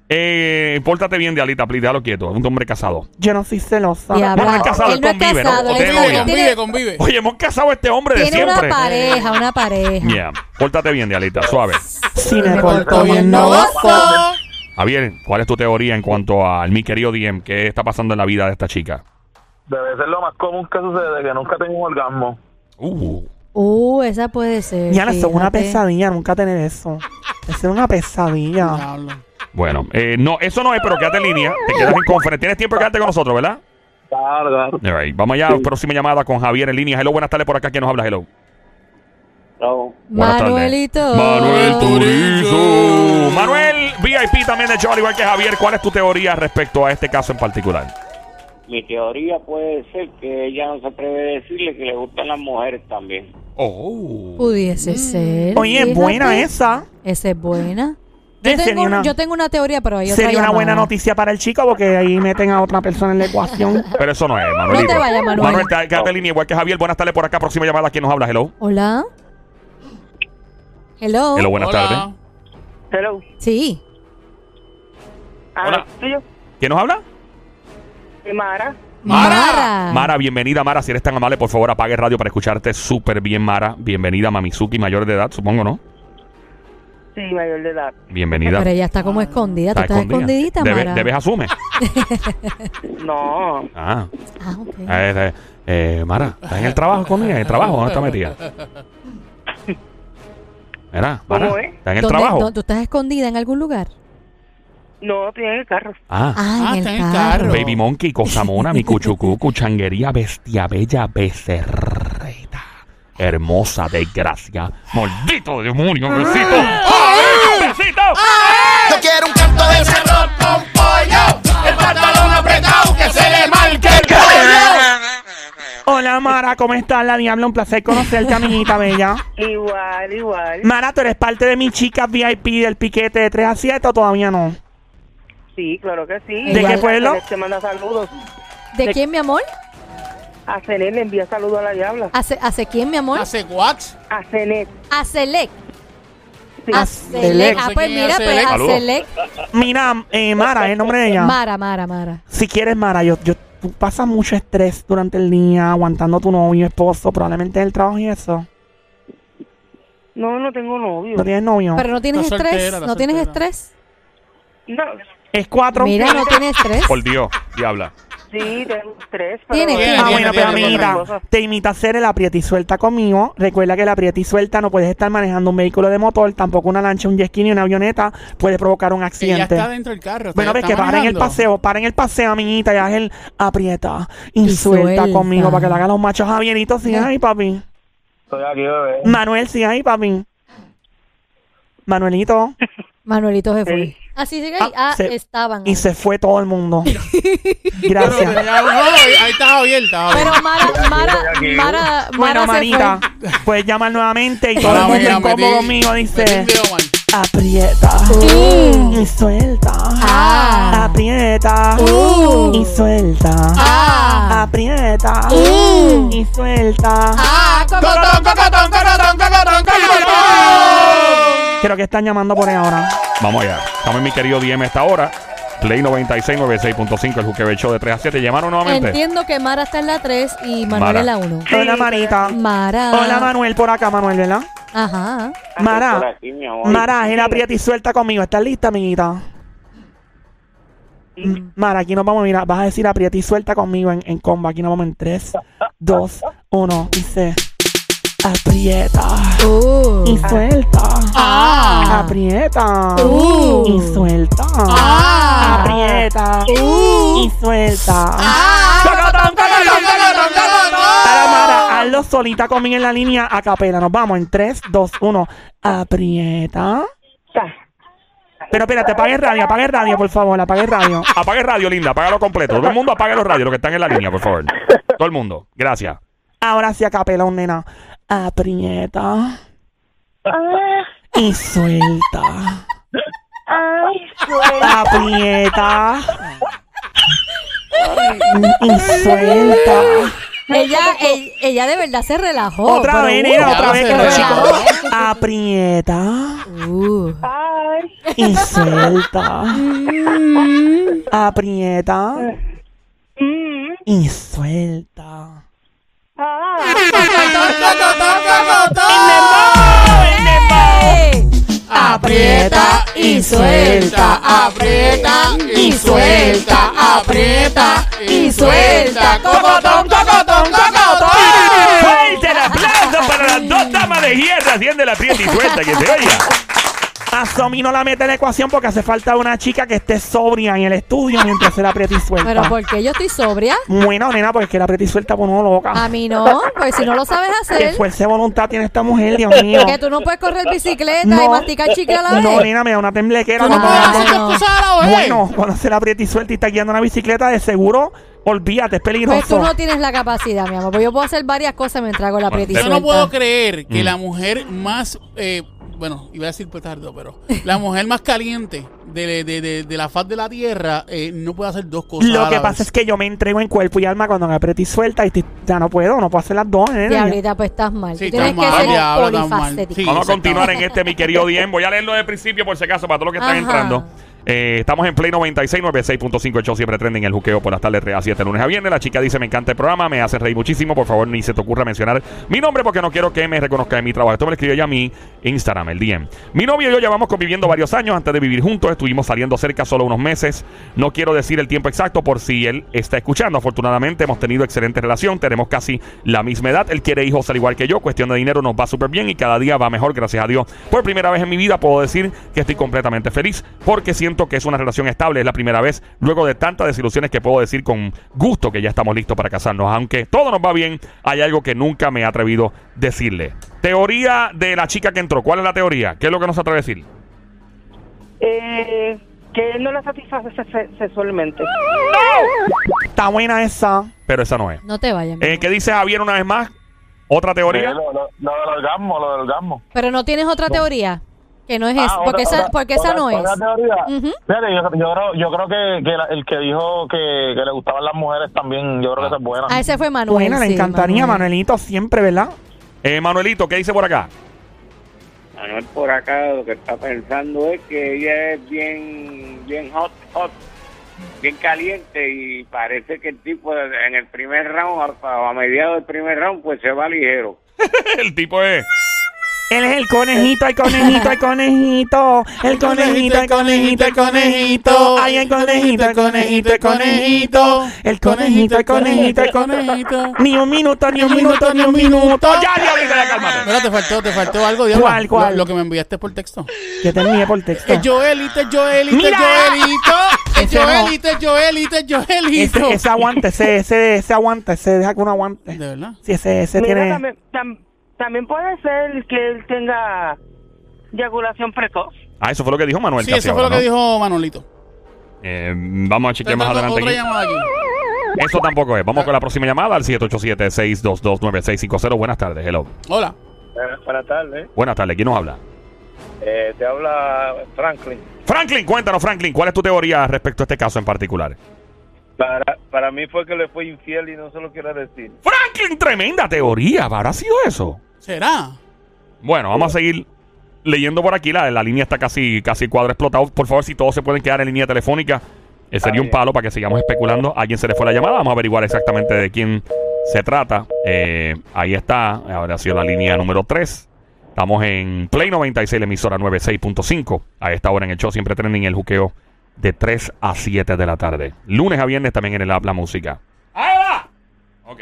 Eh, pórtate bien, Dialita, please, déjalo quieto. Es un hombre casado. Yo no soy celosa. Diabla. No, no es casado, Él no es él convive, ¿no? casado. ¿O él tiene tiene- novia? Convive, convive. Oye, hemos casado a este hombre de Tiene una siempre. pareja, una pareja. Yeah. Pórtate bien, Dialita, suave. Si me Me porto porto bien, bien, no no gozo. Javier, ¿cuál es tu teoría en cuanto a mi querido D M? ¿Qué está pasando en la vida de esta chica? Debe ser lo más común que sucede, que nunca tengo un orgasmo. Uh, Uh, esa puede ser. Ya, eso es una fíjate. pesadilla, nunca tener eso. Eso es una pesadilla. Diablo. bueno, eh, no, eso no es, pero quédate en línea. Te quedas en conferencia. Tienes tiempo de quedarte con nosotros, ¿verdad? Claro, claro. All right, vamos allá, próxima llamada con Javier en línea. Hello, buenas tardes por acá. ¿Quién nos habla? Hello. No. Buenas tardes. Manuelito. Manuel Turizo. Manuel, V I P también de show, al igual que Javier. ¿Cuál es tu teoría respecto a este caso en particular? Mi teoría puede ser que ella no se atreve a decirle que le gustan las mujeres también. Oh. Pudiese ser. Oye, es fíjate. buena esa. Esa es buena. Yo Sería tengo, una- yo tengo una teoría, pero hay otra Sería una buena llamada. noticia para el chico porque ahí meten a otra persona en la ecuación. Pero eso no es, Manuelito. No te vayas, Manuel. Manuel, te- quédate en línea, igual que Javier. Buenas tardes por acá. Próxima llamada. ¿Quién nos habla? Hello. Hola. Hello. Hello, buenas Hola. tardes. Hello. Sí. Hola. ¿Soy yo? ¿Quién nos habla? Mara. Mara. Mara, bienvenida, Mara. Si eres tan amable, por favor, apague el radio para escucharte súper bien, Mara. Bienvenida, Mamizuki, mayor de edad, supongo, ¿no? Sí, mayor de edad. Bienvenida. Pero ella está como escondida. ¿Tú Está estás escondida. escondidita, Debe- Mara? Debes asume. No. Ah. Ah, ok. Eh, eh, eh, Mara, ¿estás en el trabajo conmigo? ¿En el trabajo? ¿Dónde está metida? Mira, Mara, ¿Cómo es? ¿estás en el ¿Dónde- trabajo? dónde- ¿Tú estás escondida en algún lugar? No, estoy en el carro. Ah. Ah, Ah, en está el en el carro. carro. Baby Monkey, Cosa Mona, mi cuchucucu, changuería, bestia bella, becerrita. Hermosa desgracia. Maldito demonio, besito. ¡Ay! ¡Besito! Yo quiero un canto de cerro con pollo. El pantalón apretado que se le marque el pollo. Hola, Hola, Mara, ¿cómo estás? La Diabla, un placer conocerte, amiguita bella. Igual, igual. Mara, ¿tú eres parte de mis chicas V I P del piquete de tres a siete o todavía no? Sí, claro que sí. ¿De qué pueblo? Te manda saludos. ¿De quién, mi amor? A Cenet le envía saludos a la Diabla. ¿Hace, ¿hace quién, mi amor? ¿Hace what? A Cenet. A Select. Sí. A Select. Select. Ah, No sé pues quién es mira, pues Select. a Saludos. Select. Mira, eh, Mara, ¿es el nombre de ella? Mara, Mara, Mara. Si quieres, Mara, yo, yo, tú pasas mucho estrés durante el día aguantando a tu novio, esposo, probablemente en el trabajo y eso. No, no tengo novio. ¿No tienes novio? Pero no tienes Está estrés. soltera, está ¿No tienes soltera. estrés? No. Es cuatro. Mira, no tienes estrés. Por Dios, diabla. Sí, tengo tres. Tiene, pero- tiene. Ah, Tiene, bueno, pero tiene, amiguita, tiene. te imita a hacer el aprieta y suelta conmigo. Recuerda que el aprieta y suelta no puedes estar manejando un vehículo de motor, tampoco una lancha, un jet ski ni una avioneta. Puede provocar un Ella accidente. está dentro del carro. Bueno, ves está que para en el manejando. paseo, para en el paseo, amiguita, y haz el aprieta y, Y suelta, suelta. conmigo para que le hagan los machos Javieritos. Sí, ahí, papi. Estoy aquí, bebé. Manuel, sí, ahí, papi. Manuelito. Manuelito se fue. Así sigue ahí. Ah, Ah, se- estaban. Y se fue todo el mundo. Pero Gracias. tenía- no, ahí está Javier, está Javier. Pero Mara, Mara, Mara, Bueno, Mara se manita, fue. puedes llamar nuevamente y todo Ahora el mundo mira, en combo metí- conmigo metí dice un video mal. aprieta Uh. y suelta. Ah. Aprieta Uh. y suelta. Ah. Aprieta Uh. y suelta. Ah, Cocotón, cocotón, cocotón, cocotón, cocotón. Creo que están llamando por ahí ahora. Vamos allá. Estamos en mi querido D M a esta hora. Play noventa y seis, noventa y seis punto cinco, el Juqueo Show de tres a siete. ¿Llamaron nuevamente? Entiendo que Mara está en la tres y Manuel Mara. en la uno. Hola, Marita. Mara. Hola, Manuel, por acá, Manuel, ¿verdad? Ajá. Por Mara, aquí, mi amor. Mara, el aprieta y suelta conmigo. ¿Estás lista, amiguita? M- Mara, aquí nos vamos, mira, vas a decir aprieta y suelta conmigo en, en combo. Aquí nos vamos en tres, dos, uno. Dice aprieta Uh. y suelta. Ah. Aprieta Uh. y suelta. Ah. Aprieta Uh. y suelta. Ah. Cocotón, cocotón, cocotón, cocotón. Ahora, Mara, hazlo solita conmigo en la línea a capela. Nos vamos en tres, dos, uno. Aprieta. Pero espérate, apague el radio, apague el radio, por favor, apague el radio. Apague el radio, linda. Apágalo completo. Todo el mundo apague los radios, los que están en la línea, por favor. Todo el mundo. Gracias. Ahora sí a capela, nena. Aprieta y suelta. Aprieta y suelta. Ella, ella, ella de verdad se relajó. Otra pero, vez, uh, nena, ya otra va vez a con los ser chicos. relajado. Aprieta Uh. y suelta. Aprieta y suelta. Cocotón, cocotón. ¡Ey! Aprieta y suelta, aprieta y suelta, aprieta y suelta. Cocotón, cocotón, cocotón. ¡Fuerte el aplauso para las dos damas de hierro haciendo la aprieta y suelta que se oiga! A Somi no la mete en la ecuación porque hace falta una chica que esté sobria en el estudio mientras se la aprieta y suelta. Pero ¿por qué yo estoy sobria? Bueno, nena, porque es que la aprieta y suelta por uno loca. A mí no, pues si no lo sabes Qué hacer, fuerza de voluntad tiene esta mujer, Dios mío. que tú no puedes correr bicicleta No. y masticar chicle a la vez. No, nena, me da una temblequera. Tú no no puedes puedo. hacer no. dos cosas a la vez. Bueno, cuando se la aprieta y suelta y está guiando una bicicleta, de seguro, olvídate, es peligroso. Pues tú no tienes la capacidad, mi amor. Pues yo puedo hacer varias cosas mientras hago la aprieta y Yo suelta. no puedo creer que Mm. la mujer más, eh, bueno, iba a decir petardo, pero la mujer más caliente de, de, de, de la faz de la tierra eh, no puede hacer dos cosas. Lo a que la pasa vez. es que yo me entrego en cuerpo y alma cuando me aprieta y suelta y te- ya no puedo, no puedo hacer las dos, nena. Diablita, pues estás mal. Sí, Tú tienes estás que mal, ser diablo, estás mal. polifacético. Sí. Vamos a exactamente. continuar en este, mi querido Diem. Voy a leerlo de principio por si acaso para todos los que están Ajá. entrando. Eh, estamos en Play noventa y seis, noventa y seis punto cinco, el show siempre trending, el juqueo por las tardes tres a siete, lunes a viernes. La chica dice, me encanta el programa, me hace reír muchísimo. Por favor, ni se te ocurra mencionar mi nombre porque no quiero que me reconozca en mi trabajo. Esto me lo escribió ella a mi Instagram, el D M. Mi novio y yo llevamos conviviendo varios años antes de vivir juntos. Estuvimos saliendo cerca solo unos meses. No quiero decir el tiempo exacto por si él está escuchando. Afortunadamente hemos tenido excelente relación. Tenemos casi la misma edad. Él quiere hijos al igual que yo. Cuestión de dinero nos va súper bien y cada día va mejor, gracias a Dios. Por primera vez en mi vida puedo decir que estoy completamente feliz porque siento que es una relación estable. Es la primera vez luego de tantas desilusiones que puedo decir con gusto que ya estamos listos para casarnos. Aunque todo nos va bien, hay algo que nunca me he atrevido a decirle. Teoría de la chica que entró. ¿Cuál es la teoría? ¿Qué es lo que nos atreve a decir? Eh, que él no la satisface se- se- sexualmente. Está buena esa. pero esa no es. No te vayas. mi Eh, amor. ¿Qué dice Javier una vez más? ¿Otra Sí, teoría? lo, lo, lo del orgasmo, lo del orgasmo. Pero no tienes otra teoría. Que no es Ah, esa. Porque otra- esa, otra- porque esa otra- no es. otra teoría. Ujú. Fíjate, yo, yo creo, yo creo que, que la- el que dijo que, que le gustaban las mujeres también, yo creo que esa es buena. Ah, ese fue Manuel. Buena, le sí, encantaría, Manuel. Manuelito, siempre, ¿verdad? Eh, Manuelito, ¿qué dice por acá? Manuel por acá lo que está pensando es que ella es bien, bien hot, hot, bien caliente y parece que el tipo en el primer round, a, a mediados del primer round, pues se va ligero. El tipo es... Él es el conejito, el conejito, el conejito. El conejito, el conejito, el conejito. Ay, el conejito, el conejito, el conejito. El conejito, el conejito, el conejito. Ni un minuto, ni un minuto, ni un minuto. ¡Ya, diablita, ya cálmate! Mira, te faltó, te faltó algo, Diablo. ¿Cuál, cuál? Lo, lo que me enviaste por texto. Que te envié por texto. Es Joelito, es Joelito, es ¡Mira! Joelito. Es Ese no. Joelito, es Joelito, es Joelito. Ese, ese aguante, ese, ese, ese aguante, ese deja que uno aguante. ¿De verdad? Sí, ese, ese Mira, tiene... también, tam- también puede ser que él tenga eyaculación precoz. Ah, eso fue lo que dijo Manuel. Sí, casi eso fue lo ahora, que ¿no? dijo Manolito. Eh, vamos a chequear más Tengo adelante otra aquí. llamada aquí. Eso tampoco es. Vamos con la próxima llamada al siete ocho siete, seis dos dos, nueve seis cinco cero. Buenas tardes, hello. Hola. Buenas tardes. Buenas tardes, ¿quién nos habla? Eh, te habla Franklin. Franklin, cuéntanos, Franklin, ¿cuál es tu teoría respecto a este caso en particular? Para, para mí fue que le fue infiel y no se lo quiero decir. Franklin, tremenda teoría. ¿Habrá sido eso? ¿Será? Bueno, vamos a seguir leyendo por aquí. La, la línea está casi, casi cuadro explotado. Por favor, si todos se pueden quedar en línea telefónica, eh, sería un palo para que sigamos especulando. ¿A quién se le fue la llamada? Vamos a averiguar exactamente de quién se trata. Eh, ahí está. Ahora ha sido la línea número tres. Estamos en Play noventa y seis, la emisora noventa y seis punto cinco. A esta hora en el show siempre trending el juqueo de tres a siete de la tarde. Lunes a viernes también en el app La Música. ¡Ahí va! Ok.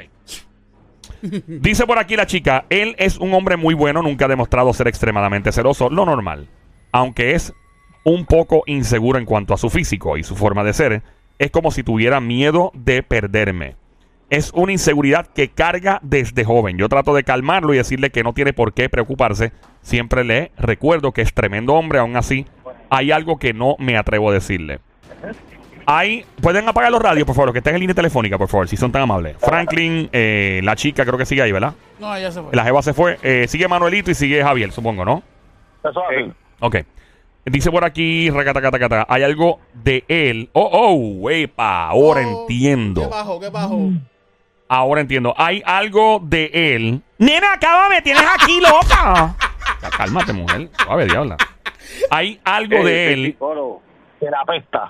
Dice por aquí la chica, él es un hombre muy bueno, nunca ha demostrado ser extremadamente celoso, lo normal. Aunque es un poco inseguro en cuanto a su físico y su forma de ser, es como si tuviera miedo de perderme. Es una inseguridad que carga desde joven. Yo trato de calmarlo y decirle que no tiene por qué preocuparse. Siempre le recuerdo que es tremendo hombre, aún así hay algo que no me atrevo a decirle. Hay, pueden apagar los radios, por favor, que estén en línea telefónica, por favor, si son tan amables. Franklin, eh, la chica creo que sigue ahí, ¿verdad? No, ya se fue. La jeva se fue. Eh, sigue Manuelito y sigue Javier, supongo, ¿no? Eso es así. Ok. Dice por aquí, racatacatacata, hay algo de él. Oh, oh, epa, ahora Oh, entiendo. ¿Qué bajo? ¿Qué bajo? Ahora entiendo. Hay algo de él. Nena, acaba, me tienes aquí, loca. Ya, cálmate, mujer. Suave, diabla. Hay algo de él. Psicólogo. Terapeuta.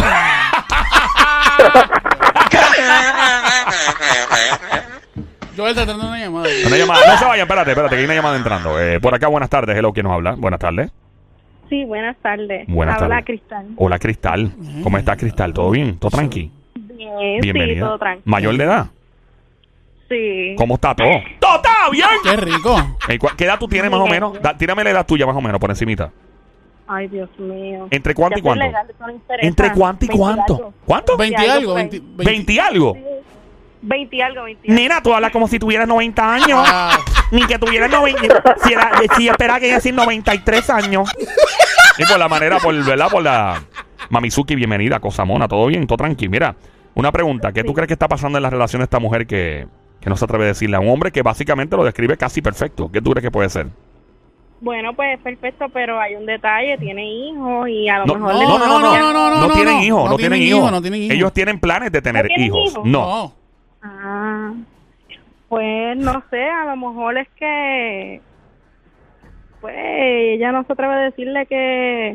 Joel está teniendo una llamada. Una llamada. No se vayan, espérate, espérate, que hay una llamada entrando. Eh, por acá, buenas tardes. Hello, ¿quién nos habla? Buenas tardes. Sí, buenas tardes. Buenas Habla tardes. Cristal. Hola, Cristal. ¿Cómo estás, Cristal? ¿Todo bien? ¿Todo tranqui? Bien, Bienvenida. sí, todo tranquilo. ¿Mayor de edad? Sí. ¿Cómo está todo? ¡Todo está bien! Qué rico. Eh, ¿cu- ¿Qué edad tú tienes más o menos? Da- tírame la edad tuya más o menos, por encimita. Ay, Dios mío. ¿Entre cuánto Ya y cuánto? soy legal, eso no interesa. ¿Entre cuánto y Veinte cuánto? algo. ¿Cuánto? Veinte algo, algo. pues. Veinte, veinte. ¿veinte y algo? veinte y algo, veinte y algo. Nena, tú hablas como si tuvieras noventa años. Ah, Ni que tuvieras noventa. Si, era, si esperaba que ella decir noventa y tres años. Y por la manera, por, ¿verdad? Por la... Mamizuki, bienvenida, cosa mona, todo bien, todo tranqui. Mira, una pregunta, ¿qué tú crees que está pasando en la relación de esta mujer que, que no se atreve a decirle a un hombre que básicamente lo describe casi perfecto? ¿Qué tú crees que puede ser? Bueno, pues perfecto, pero hay un detalle, tiene hijos y a lo No, mejor... no, le no, no, no, gustaría- no, no, no, no, tienen no. hijos, No no tienen tienen hijos. hijos, no tienen hijos. Ellos tienen planes de tener tienen hijos. hijos? No. no. Ah, pues no sé, a lo mejor es que... Pues ella no se atreve a decirle que...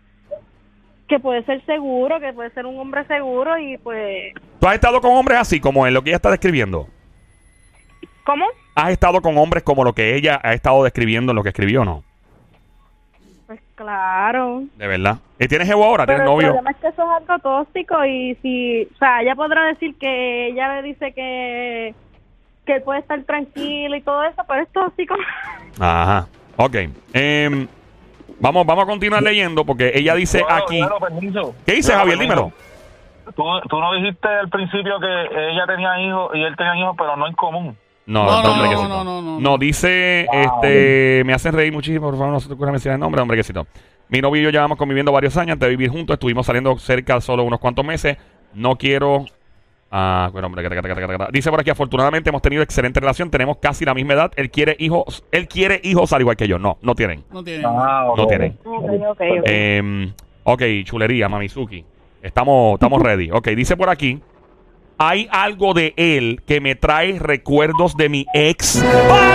Que puede ser seguro, que puede ser un hombre seguro y pues... ¿Tú has estado con hombres así como en lo que ella está describiendo? ¿Cómo? ¿Has estado con hombres como lo que ella ha estado describiendo en lo que escribió o no? Pues claro. De verdad. ¿Y tienes jevo ahora? Pero ¿Tienes el novio? problema es que eso es algo tóxico y si, o sea, ella podrá decir que ella le dice que que él puede estar tranquilo y todo eso, pero es tóxico. Ajá. Ok. Em, vamos, vamos a continuar leyendo porque ella dice Bueno, aquí... bueno, permiso. ¿Qué dice Bueno, Javier? permiso. Dímelo. Tú, tú no dijiste al principio que ella tenía hijos y él tenía hijos, pero no en común. No, No, no, no, hombre, no, que no, sí, no, no, no. No, dice, este, me hacen reír muchísimo, por favor, no se te ocurra mencionar el nombre, hombre, que sí, no. Mi novio y yo llevamos conviviendo varios años antes de vivir juntos, estuvimos saliendo cerca solo unos cuantos meses, no quiero, Ah, bueno, hombre, dice por aquí, afortunadamente hemos tenido excelente relación, tenemos casi la misma edad, él quiere hijos, él quiere hijos al igual que yo. No, no tienen. No tienen. Ah, No tienen. Okay, okay, okay. Eh, ok, chulería, Mamizuki. Estamos, estamos ready. Ok, dice por aquí, hay algo de él que me trae recuerdos de mi ex.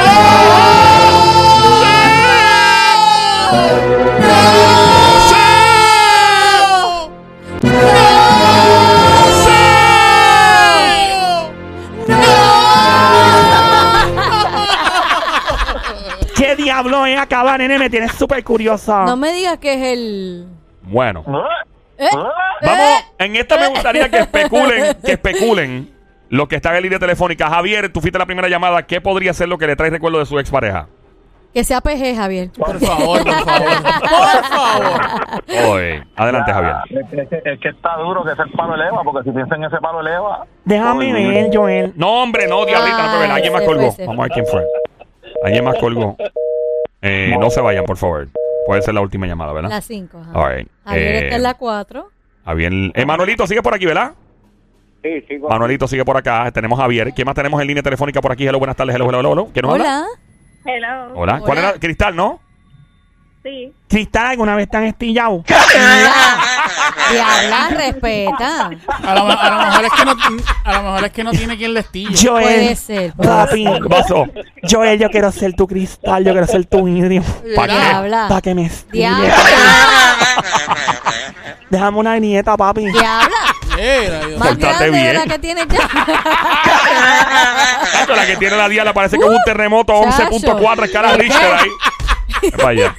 ¿Qué diablo es acá, nene? Me tienes súper curiosa. No me digas que es el... Bueno, ¿Eh? vamos, en esta me gustaría que especulen, que especulen lo que está en la línea telefónica. Javier, tú fuiste la primera llamada. ¿Qué podría ser lo que le trae recuerdo de su expareja? Que sea P G, Javier. Por favor, por favor. Por favor. Oye, adelante, Javier. Es que, es que- es que está duro que ese palo eleva, porque si piensa en ese palo eleva. Déjame Oye, ver, Joel. No, hombre, no, diablita, no, Pebela. Alguien más se colgó. fue, se Vamos a ver quién fue. Alguien más colgó. Eh, no se vayan, por favor. Puede ser la última llamada, ¿verdad? La cinco. All right. Javier Eh, está en la cuatro. Javier. Eh, Manuelito sigue por aquí, ¿verdad? Sí, sí. con- Manuelito sigue por acá. Tenemos a Javier. ¿Quién más tenemos en línea telefónica por aquí? Hello, buenas tardes. Hello, hello, hello. hello. ¿Quién nos habla? Hola. Hello. Hola. ¿Cuál Hola. era? Cristal, ¿no? Sí. Cristal, ¿alguna vez te han estillado? Diabla, respeta. A lo, a lo mejor es que no, a lo mejor es que no tiene quien le estille. Puede Joel, ser. puede papi. ¿Qué pasó? Joel, yo quiero ser tu cristal, yo quiero ser tu vidrio. ¿Para ¿Verdad? qué? Diabla. Para que me estille. Diabla. Déjame una nieta, papi. Diabla. Era, Dios. Más Pórtate grande de bien. la que tienes ya. Chacho, la que tiene la diabla parece que es un terremoto once punto cuatro escala Richter ahí. Vaya.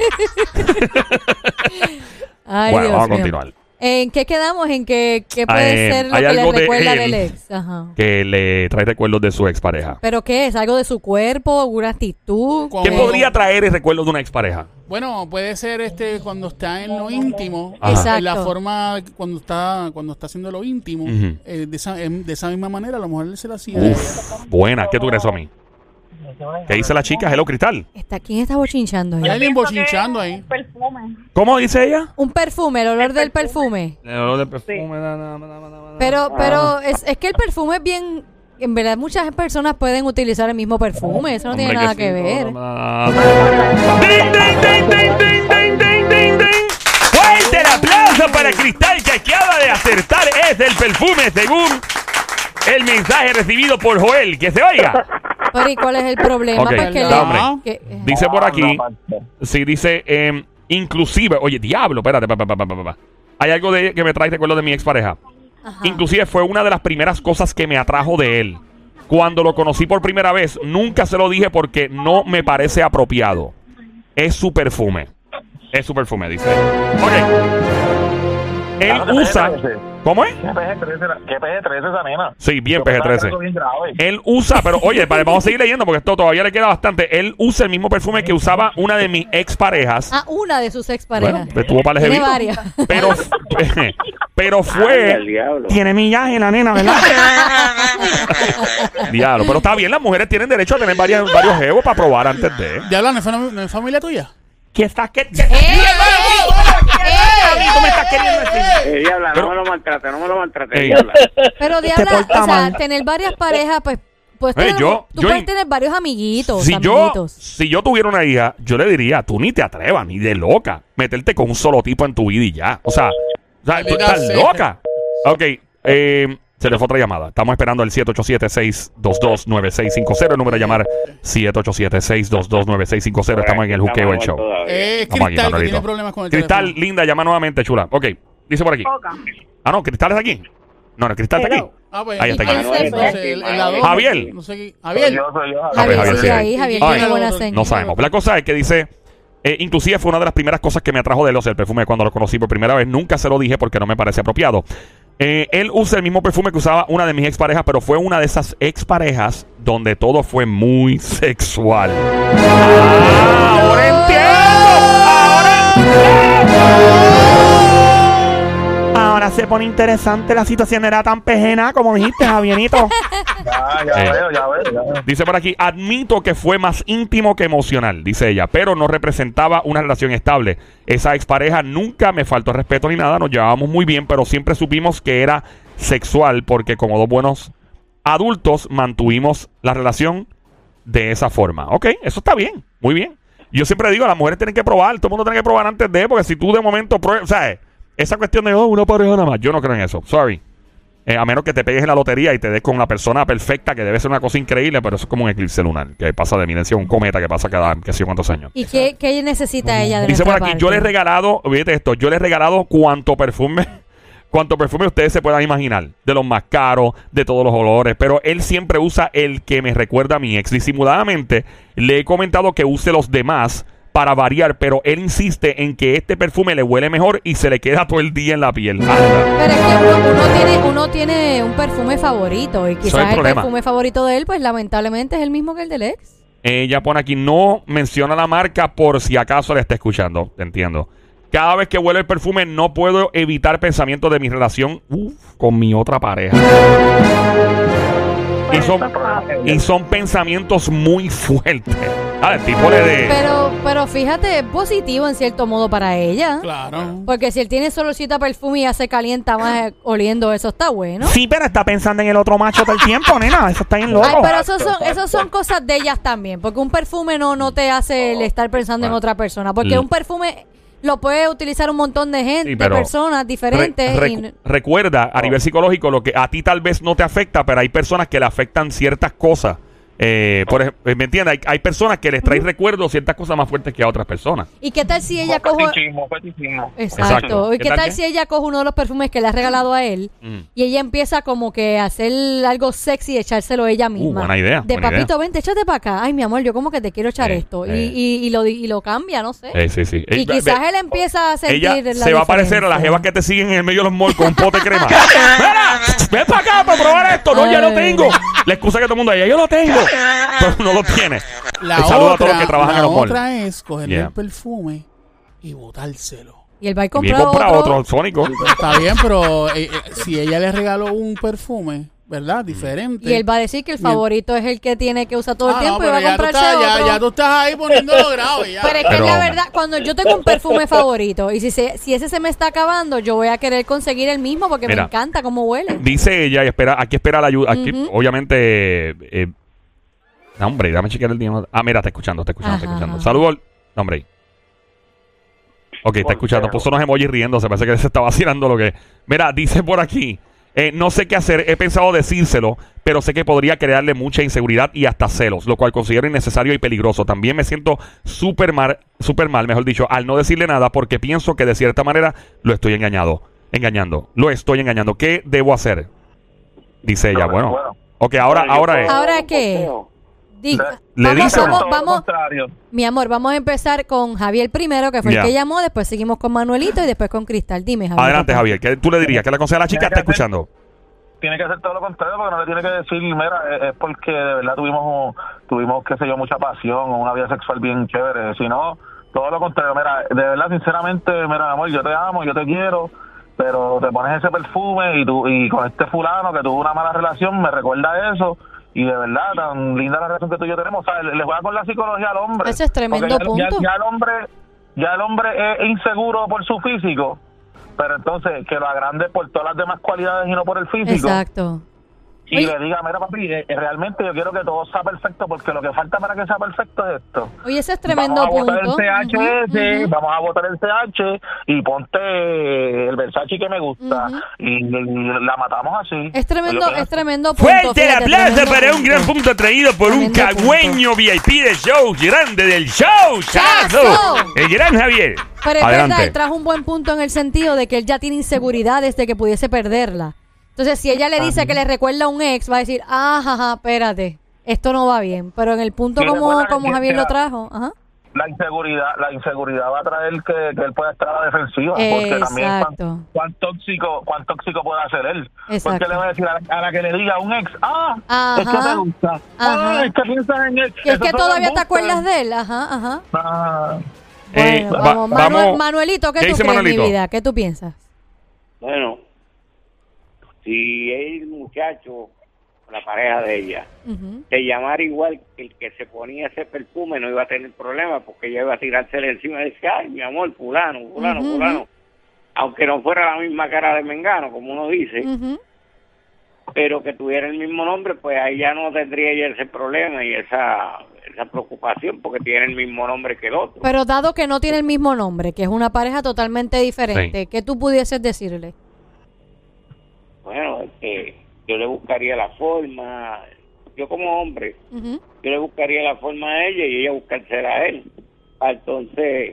Ay, Bueno, Dios vamos a mío. continuar. ¿En qué quedamos? ¿En qué, qué puede Eh, ser lo hay que algo le de recuerda él. del ex? Ajá. Que le trae recuerdos de su expareja. ¿Pero qué es? ¿Algo de su cuerpo? ¿Alguna actitud? Cuando- ¿Qué podría traer el recuerdo de una expareja? Bueno, puede ser este cuando está en lo íntimo, Ajá. Exacto. en la forma cuando está cuando está haciendo lo íntimo, Ujú. eh, de, esa, em, de esa misma manera a lo mejor él se lo hacía. a ella. Uf, buena. ¿Qué tú crees eso a mí? ¿Qué dice la chica? Hello, Cristal. Está, ¿Quién está bochinchando Hay ahí? alguien bochinchando ahí. Perfume. ¿Cómo dice ella? Un perfume, el olor del perfume. El olor del perfume. Pero, pero es, es que el perfume es bien... En verdad, muchas personas pueden utilizar el mismo perfume. Eso no tiene nada que ver. ¡Ding, ding, ding, ding, ding, ding, ding, ding, ding! ¡Fuerte el aplauso para Cristal, que acaba de acertar! Es del perfume, según el mensaje recibido por Joel. ¡Que se oiga! Pero ¿y cuál es el problema? Ok, Pues que da, le- hombre. que- Dice por aquí, Una parte. sí, dice, eh, inclusive, oye, diablo, espérate, pa, pa, pa, pa, pa, pa. Hay algo de que me trae recuerdo de mi expareja. Ajá. Inclusive fue una de las primeras cosas que me atrajo de él. Cuando lo conocí por primera vez, nunca se lo dije porque no me parece apropiado. Es su perfume. Es su perfume, dice. Ok. Él Claro que usa... P G trece. ¿Cómo es? ¿Qué P G trece era- ¿Qué P G trece esa nena? Sí, bien Yo P G pensaba que trece. era algo bien grave. Él usa, pero oye, vale, vamos a seguir leyendo porque esto todavía le queda bastante. Él usa el mismo perfume que usaba una de mis exparejas. Ah, una de sus exparejas. Bueno, pues tuvo para Tiene el varias. Pero, pero Ay, al fue... diablo. Tiene millaje la nena, ¿verdad? Diablo, pero está bien, las mujeres tienen derecho a tener varias, varios jevos para probar antes de... Diablo, ¿no es, fam- no es familia tuya? ¿Qué estás que ¡Eh, eh, eh! tú me estás queriendo decir? Eh, diabla, Pero- no me lo maltrate, no me lo maltrate, Ey. diabla. Pero Diabla, porta o sea, mal. tener varias parejas, pues, pues Oye, tener- yo- tú yo puedes in- tener varios amiguitos, Si yo, amiguitos. si yo tuviera una hija, yo le diría, tú ni te atrevas, ni de loca, meterte con un solo tipo en tu vida y ya. O sea, o sea, tú Maldita estás sea. loca. Ok, eh, se le fue otra llamada. Estamos esperando el siete ocho siete, seis dos dos, nueve seis cinco cero. El número de llamar siete ocho siete, seis dos dos, nueve seis cinco cero. Estamos en el juqueo del show. Eh, es Vamos aquí, Cristal que Manuelito. tiene problemas con el Cristal, teléfono. linda, llama nuevamente, chula. Ok, dice por aquí. Oca. Ah, no, Cristal está aquí. No, no, Cristal está aquí. Hello. Ah, pues, Ahí está, ¿y aquí. quién es ese? Entonces, el- el lado- Javier. No sé qué. Soy Javier. yo, soy yo. Javier, Javier, sigue sí. ahí, Javier Ay, tiene buena no señal. No sabemos. La cosa es que dice, eh, inclusive fue una de las primeras cosas que me atrajo de él, o sea, el perfume cuando lo conocí por primera vez. Nunca se lo dije porque no me parece apropiado. Eh, él usa el mismo perfume que usaba una de mis exparejas, pero fue una de esas exparejas donde todo fue muy sexual. Ah, ahora entiendo. Ahora se pone interesante, la situación era tan pejena como dijiste, Javierito. Ya, ya Eh. veo, ya veo, ya veo. Dice por aquí, admito que fue más íntimo que emocional, dice ella, pero no representaba una relación estable. Esa expareja nunca me faltó respeto ni nada, nos llevábamos muy bien, pero siempre supimos que era sexual porque como dos buenos adultos mantuvimos la relación de esa forma. Ok, eso está bien, muy bien. Yo siempre digo, las mujeres tienen que probar, todo el mundo tiene que probar antes de, porque si tú de momento pruebas, o sea, esa cuestión de, oh, una pareja nada más, yo no creo en eso, sorry. Eh, a menos que te pegues en la lotería y te des con una persona perfecta, que debe ser una cosa increíble, pero eso es como un eclipse lunar, que pasa de eminencia, un cometa que pasa cada, qué sé yo, cuántos años. ¿Y qué, qué necesita ella de Dice por nuestra aquí, parte? yo le he regalado, fíjate esto, yo le he regalado cuánto perfume, cuánto perfume ustedes se puedan imaginar, de los más caros, de todos los olores, pero él siempre usa el que me recuerda a mi ex. Disimuladamente le he comentado que use los demás para variar, pero él insiste en que este perfume le huele mejor y se le queda todo el día en la piel. Anda. Pero es que uno, uno tiene, uno tiene un perfume favorito y Eso es quizás el el problema. perfume favorito de él, pues lamentablemente es el mismo que el del ex. Ella pone aquí, no menciona la marca por si acaso le está escuchando. Te entiendo. Cada vez que huele el perfume no puedo evitar pensamientos de mi relación uf, con mi otra pareja. Y son, y son pensamientos muy fuertes. Ah, el tipo le de... Pero, pero fíjate, es positivo en cierto modo para ella. Claro. Porque si él tiene solocita perfume y ya se calienta más oliendo eso, está bueno. Sí, pero está pensando en el otro macho todo el tiempo, nena. Eso está bien loco. Ay, pero eso son, eso son cosas de ellas también. Porque un perfume no, no te hace el estar pensando en otra persona. Porque Mm. un perfume lo puede utilizar un montón de gente, Sí, de pero personas diferentes. Re- y recu- n- recuerda, a nivel psicológico, lo que a ti tal vez no te afecta, pero hay personas que le afectan ciertas cosas. Eh, por ejemplo, ¿me entiendes? Hay, hay personas que les traen recuerdos ciertas cosas más fuertes que a otras personas. ¿Y qué tal si ella coge... Fetichismo, fetichismo. Exacto. Exacto. ¿Y ¿Qué qué tal tal qué? si ella coge uno de los perfumes que le ha regalado a él Mm. y ella empieza como que a hacer algo sexy y echárselo ella misma? buena idea, De buena papito, idea. vente, échate para acá. Ay, mi amor, yo como que te quiero echar Eh, esto. eh. Y, y, y, lo, y lo cambia, no sé. Eh, sí, sí. Y Eh, quizás ve- él empieza a sentir Ella la se va a parecer a las diferencia. jevas que te siguen en el medio de los malls con un pote de crema. ¡Mira! ¡Ven para acá para probar esto! No, ya lo Ay. tengo. La excusa que todo el mundo, ya yo lo tengo. Pero no lo tiene. La Y saludo otra, a todos los que trabajan la en los malls. otra es cogerle Yeah. el perfume y botárselo. Y él va a Y comprar compra otro. otro sónico. Está bien, pero eh, eh, si ella le regaló un perfume, ¿verdad? Diferente. Y él va a decir que el Bien. favorito es el que tiene que usar todo el Ah, tiempo no, y va a pero ya tú comprarse estás- ya- otro. Ya, tú estás ahí poniéndolo grave. Ya. Pero es que Pero- la verdad, cuando yo tengo un perfume favorito y si, se, si ese se me está acabando, yo voy a querer conseguir el mismo porque Mira. me encanta cómo huele. Dice ella, y espera, aquí espera la ayuda. Aquí, Ujú. obviamente. Eh, no, hombre, dame chequear el día. Ah, mira, está escuchando, está escuchando, está Ajá, escuchando. ajá. Saludos. No, hombre. Ok, está escuchando. Puso unos emojis riendo. Se parece que se está vacilando lo que. Mira, dice por aquí. Eh, no sé qué hacer. He pensado decírselo, pero sé que podría crearle mucha inseguridad y hasta celos, lo cual considero innecesario y peligroso. También me siento súper mal, súper mal, mejor dicho, al no decirle nada porque pienso que de cierta manera lo estoy engañado, engañando. Lo estoy engañando. ¿Qué debo hacer? Dice ella. Bueno. Ok, ahora, ahora es. ¿Ahora qué? Diga, ¿Le vamos, dice o no? vamos, Todo lo vamos, contrario. mi amor, vamos a empezar con Javier primero, que fue Ya. el que llamó, después seguimos con Manuelito y después con Cristal. Dime, Javier. Adelante, papá. Javier. ¿Qué tú le dirías? ¿Qué le aconseja a la chica? Está escuchando. Tiene que hacer todo lo contrario porque no le tiene que decir, mira, es, es porque de verdad tuvimos, un- tuvimos, qué sé yo, mucha pasión o una vida sexual bien chévere. Si no, todo lo contrario. Mira, de verdad, sinceramente, mira, amor, yo te amo, yo te quiero, pero te pones ese perfume y tú y con este fulano que tuvo una mala relación, me recuerda eso. Y de verdad, tan linda la relación que tú y yo tenemos. O sea, le, le juega con la psicología al hombre. Ese es tremendo Porque ya, punto. Ya, ya el hombre, ya el hombre es inseguro por su físico, pero entonces que lo agrande por todas las demás cualidades y no por el físico. Exacto. Y Oye. le diga, mira papi, eh, realmente yo quiero que todo sea perfecto porque lo que falta para que sea perfecto es esto. Oye, ese es tremendo Vamos a punto. botar el C H S, Ujú, ujú. vamos a botar el C H y ponte el Versace que me gusta. Ujú. y, y la matamos así. Es tremendo, Yo pienso- es tremendo punto. Fuerte fíjate, aplauso tremendo para un gran punto traído por un Tremendo cagüeño V I P de show grande del show. ¡Chazo! ¡Chazo! El gran Javier. Pero es Adelante. verdad, él trajo un buen punto en el sentido de que él ya tiene inseguridades de que pudiese perderla. Entonces, si ella le dice que le recuerda a un ex, va a decir, ah, ajá, espérate, esto no va bien. Pero en el punto Sí, como, recuerda como que- Javier que lo la- trajo, ajá. La inseguridad, la inseguridad va a traer que, que él pueda estar a la defensiva, porque también Exacto. cuán, cuán tóxico, cuán tóxico puede hacer él. Exacto. Porque le va a decir a la, a la que le diga a un ex, ah, Ajá. es que te gusta, Ajá. ah, es que piensas en él. Que es Eso que son todavía te embustes. acuerdas de él, ajá, ajá. Ah, Eh, Bueno, va- vamos, Manuel- vamos- Manuelito, ¿qué, ¿Qué tú dice crees, Manuelito? mi vida? ¿Qué tú piensas? Bueno, si el muchacho, la pareja de ella, Ujú. se llamara igual que el que se ponía ese perfume, no iba a tener problema porque ella iba a tirársele encima y decir, ay, mi amor, fulano, fulano, Ujú, fulano. Aunque no fuera la misma cara de Mengano, como uno dice, Ujú. pero que tuviera el mismo nombre, pues ahí ya no tendría ya ese problema y esa, esa preocupación, porque tiene el mismo nombre que el otro. Pero dado que no tiene el mismo nombre, que es una pareja totalmente diferente, Sí. ¿qué tú pudieses decirle? Bueno, este, yo le buscaría la forma, yo como hombre, Uh-huh. yo le buscaría la forma a ella y ella buscársela a él. Entonces,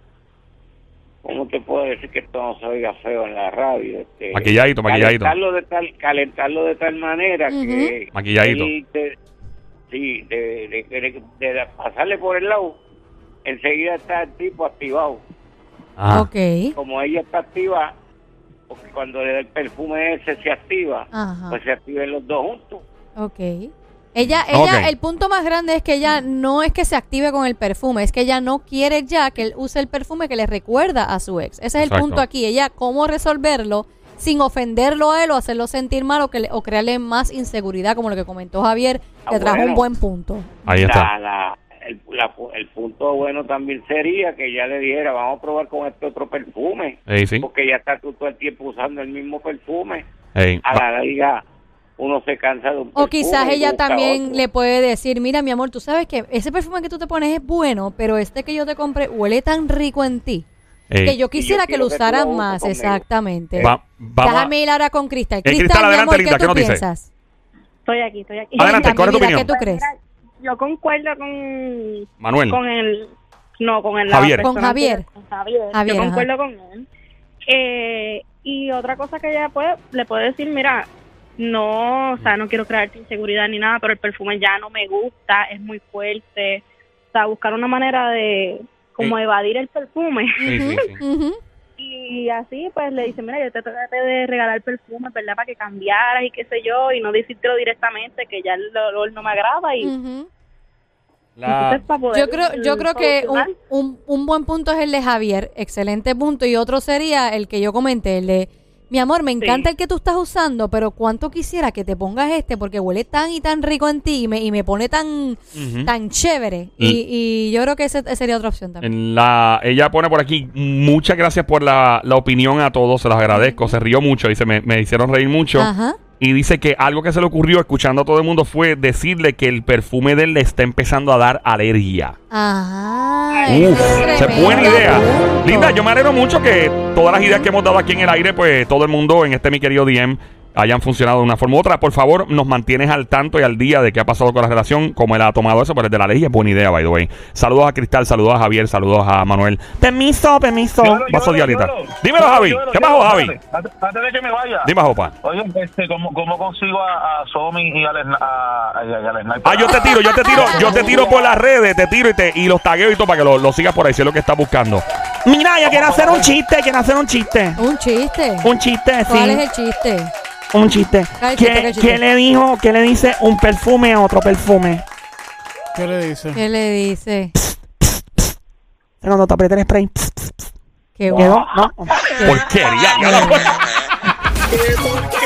¿cómo te puedo decir que esto no se oiga feo en la radio? Este, Maquilladito, maquilladito. Calentarlo de tal, calentarlo de tal manera Ujú. que... Maquilladito. él te- sí, de, de, de- de- de pasarle por el lado, enseguida está el tipo activado. Ajá. Ok. Como ella está activa, porque cuando le da el perfume ese se activa, Ajá. pues se activen los dos juntos. Ok. Ella, ella, Ok. el punto más grande es que ella no es que se active con el perfume, es que ella no quiere ya que él use el perfume que le recuerda a su ex. Ese es el Exacto. punto aquí. Ella, cómo resolverlo sin ofenderlo a él o hacerlo sentir mal o, que le- o crearle más inseguridad, como lo que comentó Javier, Ah, que trajo bueno. un buen punto. Ahí está. La- la- el, la- el punto bueno también sería que ya le dijera, vamos a probar con este otro perfume, Ey, sí. porque ya está tú todo el tiempo usando el mismo perfume. Ey, A va- la larga uno se cansa de un O perfume quizás y ella busca también otro. le puede decir, mira mi amor, tú sabes que ese perfume que tú te pones es bueno, pero este que yo te compré huele tan rico en ti ey. que yo quisiera yo que lo quiero que tú usaras lo uses más, conmigo. exactamente. Va- vamos a- Déjame ir ahora con Cristal. Eh, Cristal, Cristal, mi adelante, amor, ¿qué linda, tú ¿qué nos dice? piensas? Estoy aquí, estoy aquí. Adelante, Cuéntame, ¿cuál es tu vida, opinión? ¿qué tú crees? Yo concuerdo con Manuel. con el no con el Javier. Con Javier. con Javier. Javier, Yo ajá. concuerdo con él. Eh, y otra cosa que ella puede le puede decir, mira, no, o sea, no quiero crearte inseguridad ni nada, pero el perfume ya no me gusta, es muy fuerte. O sea, buscar una manera de como Sí. evadir el perfume. Sí, sí, sí. Ujú. Y así, pues, le dice, mira, yo te traté de regalar perfume, ¿verdad? Para que cambiaras y qué sé yo, y no decírtelo directamente, que ya el olor no me agrada. Y Ujú. entonces, para poder Yo creo, yo creo que un, solucionar. un, un buen punto es el de Javier, excelente punto, y otro sería el que yo comenté, el de, mi amor, me encanta Sí. el que tú estás usando, pero cuánto quisiera que te pongas este, porque huele tan y tan rico en ti y me, y me pone tan, Ujú. tan chévere. Y, y yo creo que esa sería otra opción también. En la, ella pone por aquí, muchas gracias por la, la opinión a todos, se las agradezco, se rió mucho, dice, me, me hicieron reír mucho. Ajá. Y dice que algo que se le ocurrió escuchando a todo el mundo fue decirle que el perfume de él le está empezando a dar alergia. Ajá. Uf, ese esa es buena tremendo idea. punto. Linda, yo me alegro mucho que todas las ideas que hemos dado aquí en el aire, pues todo el mundo en este mi querido D M hayan funcionado de una forma u otra. Por favor, nos mantienes al tanto y al día de qué ha pasado con la relación, cómo él ha tomado eso, pero el de la alergia es buena idea, by the way. Saludos a Cristal, saludos a Javier, saludos a Manuel. Permiso, permiso. Vaso de dialita. Dímelo, Javi. ¿Qué pasó, Javi? Antes, antes de que me vaya. Dime, Jopa. Oye, este, ¿cómo, cómo consigo a, a Somi y al, sna- a, a- y al sniper? Ah, yo te tiro, yo te tiro, yo te tiro por las redes, te tiro y te y los tagueo y todo para que lo, lo sigas por ahí, si es lo que estás buscando. Mira, yo quiero hacer un chiste, quiero hacer un chiste. Un chiste. Un chiste, sí. ¿Cuál es el chiste? Un chiste. ¿Cuál es el chiste? ¿Qué, ¿Qué chiste? qué le dijo, qué le dice un perfume a otro perfume? ¿Qué le dice? ¿Qué le dice? Cuando te aprieta el spray. pss, pss, pss. Qué ¿Quedó? bueno. ¿No? Porquería. ya lo- ¿Qué, por qué?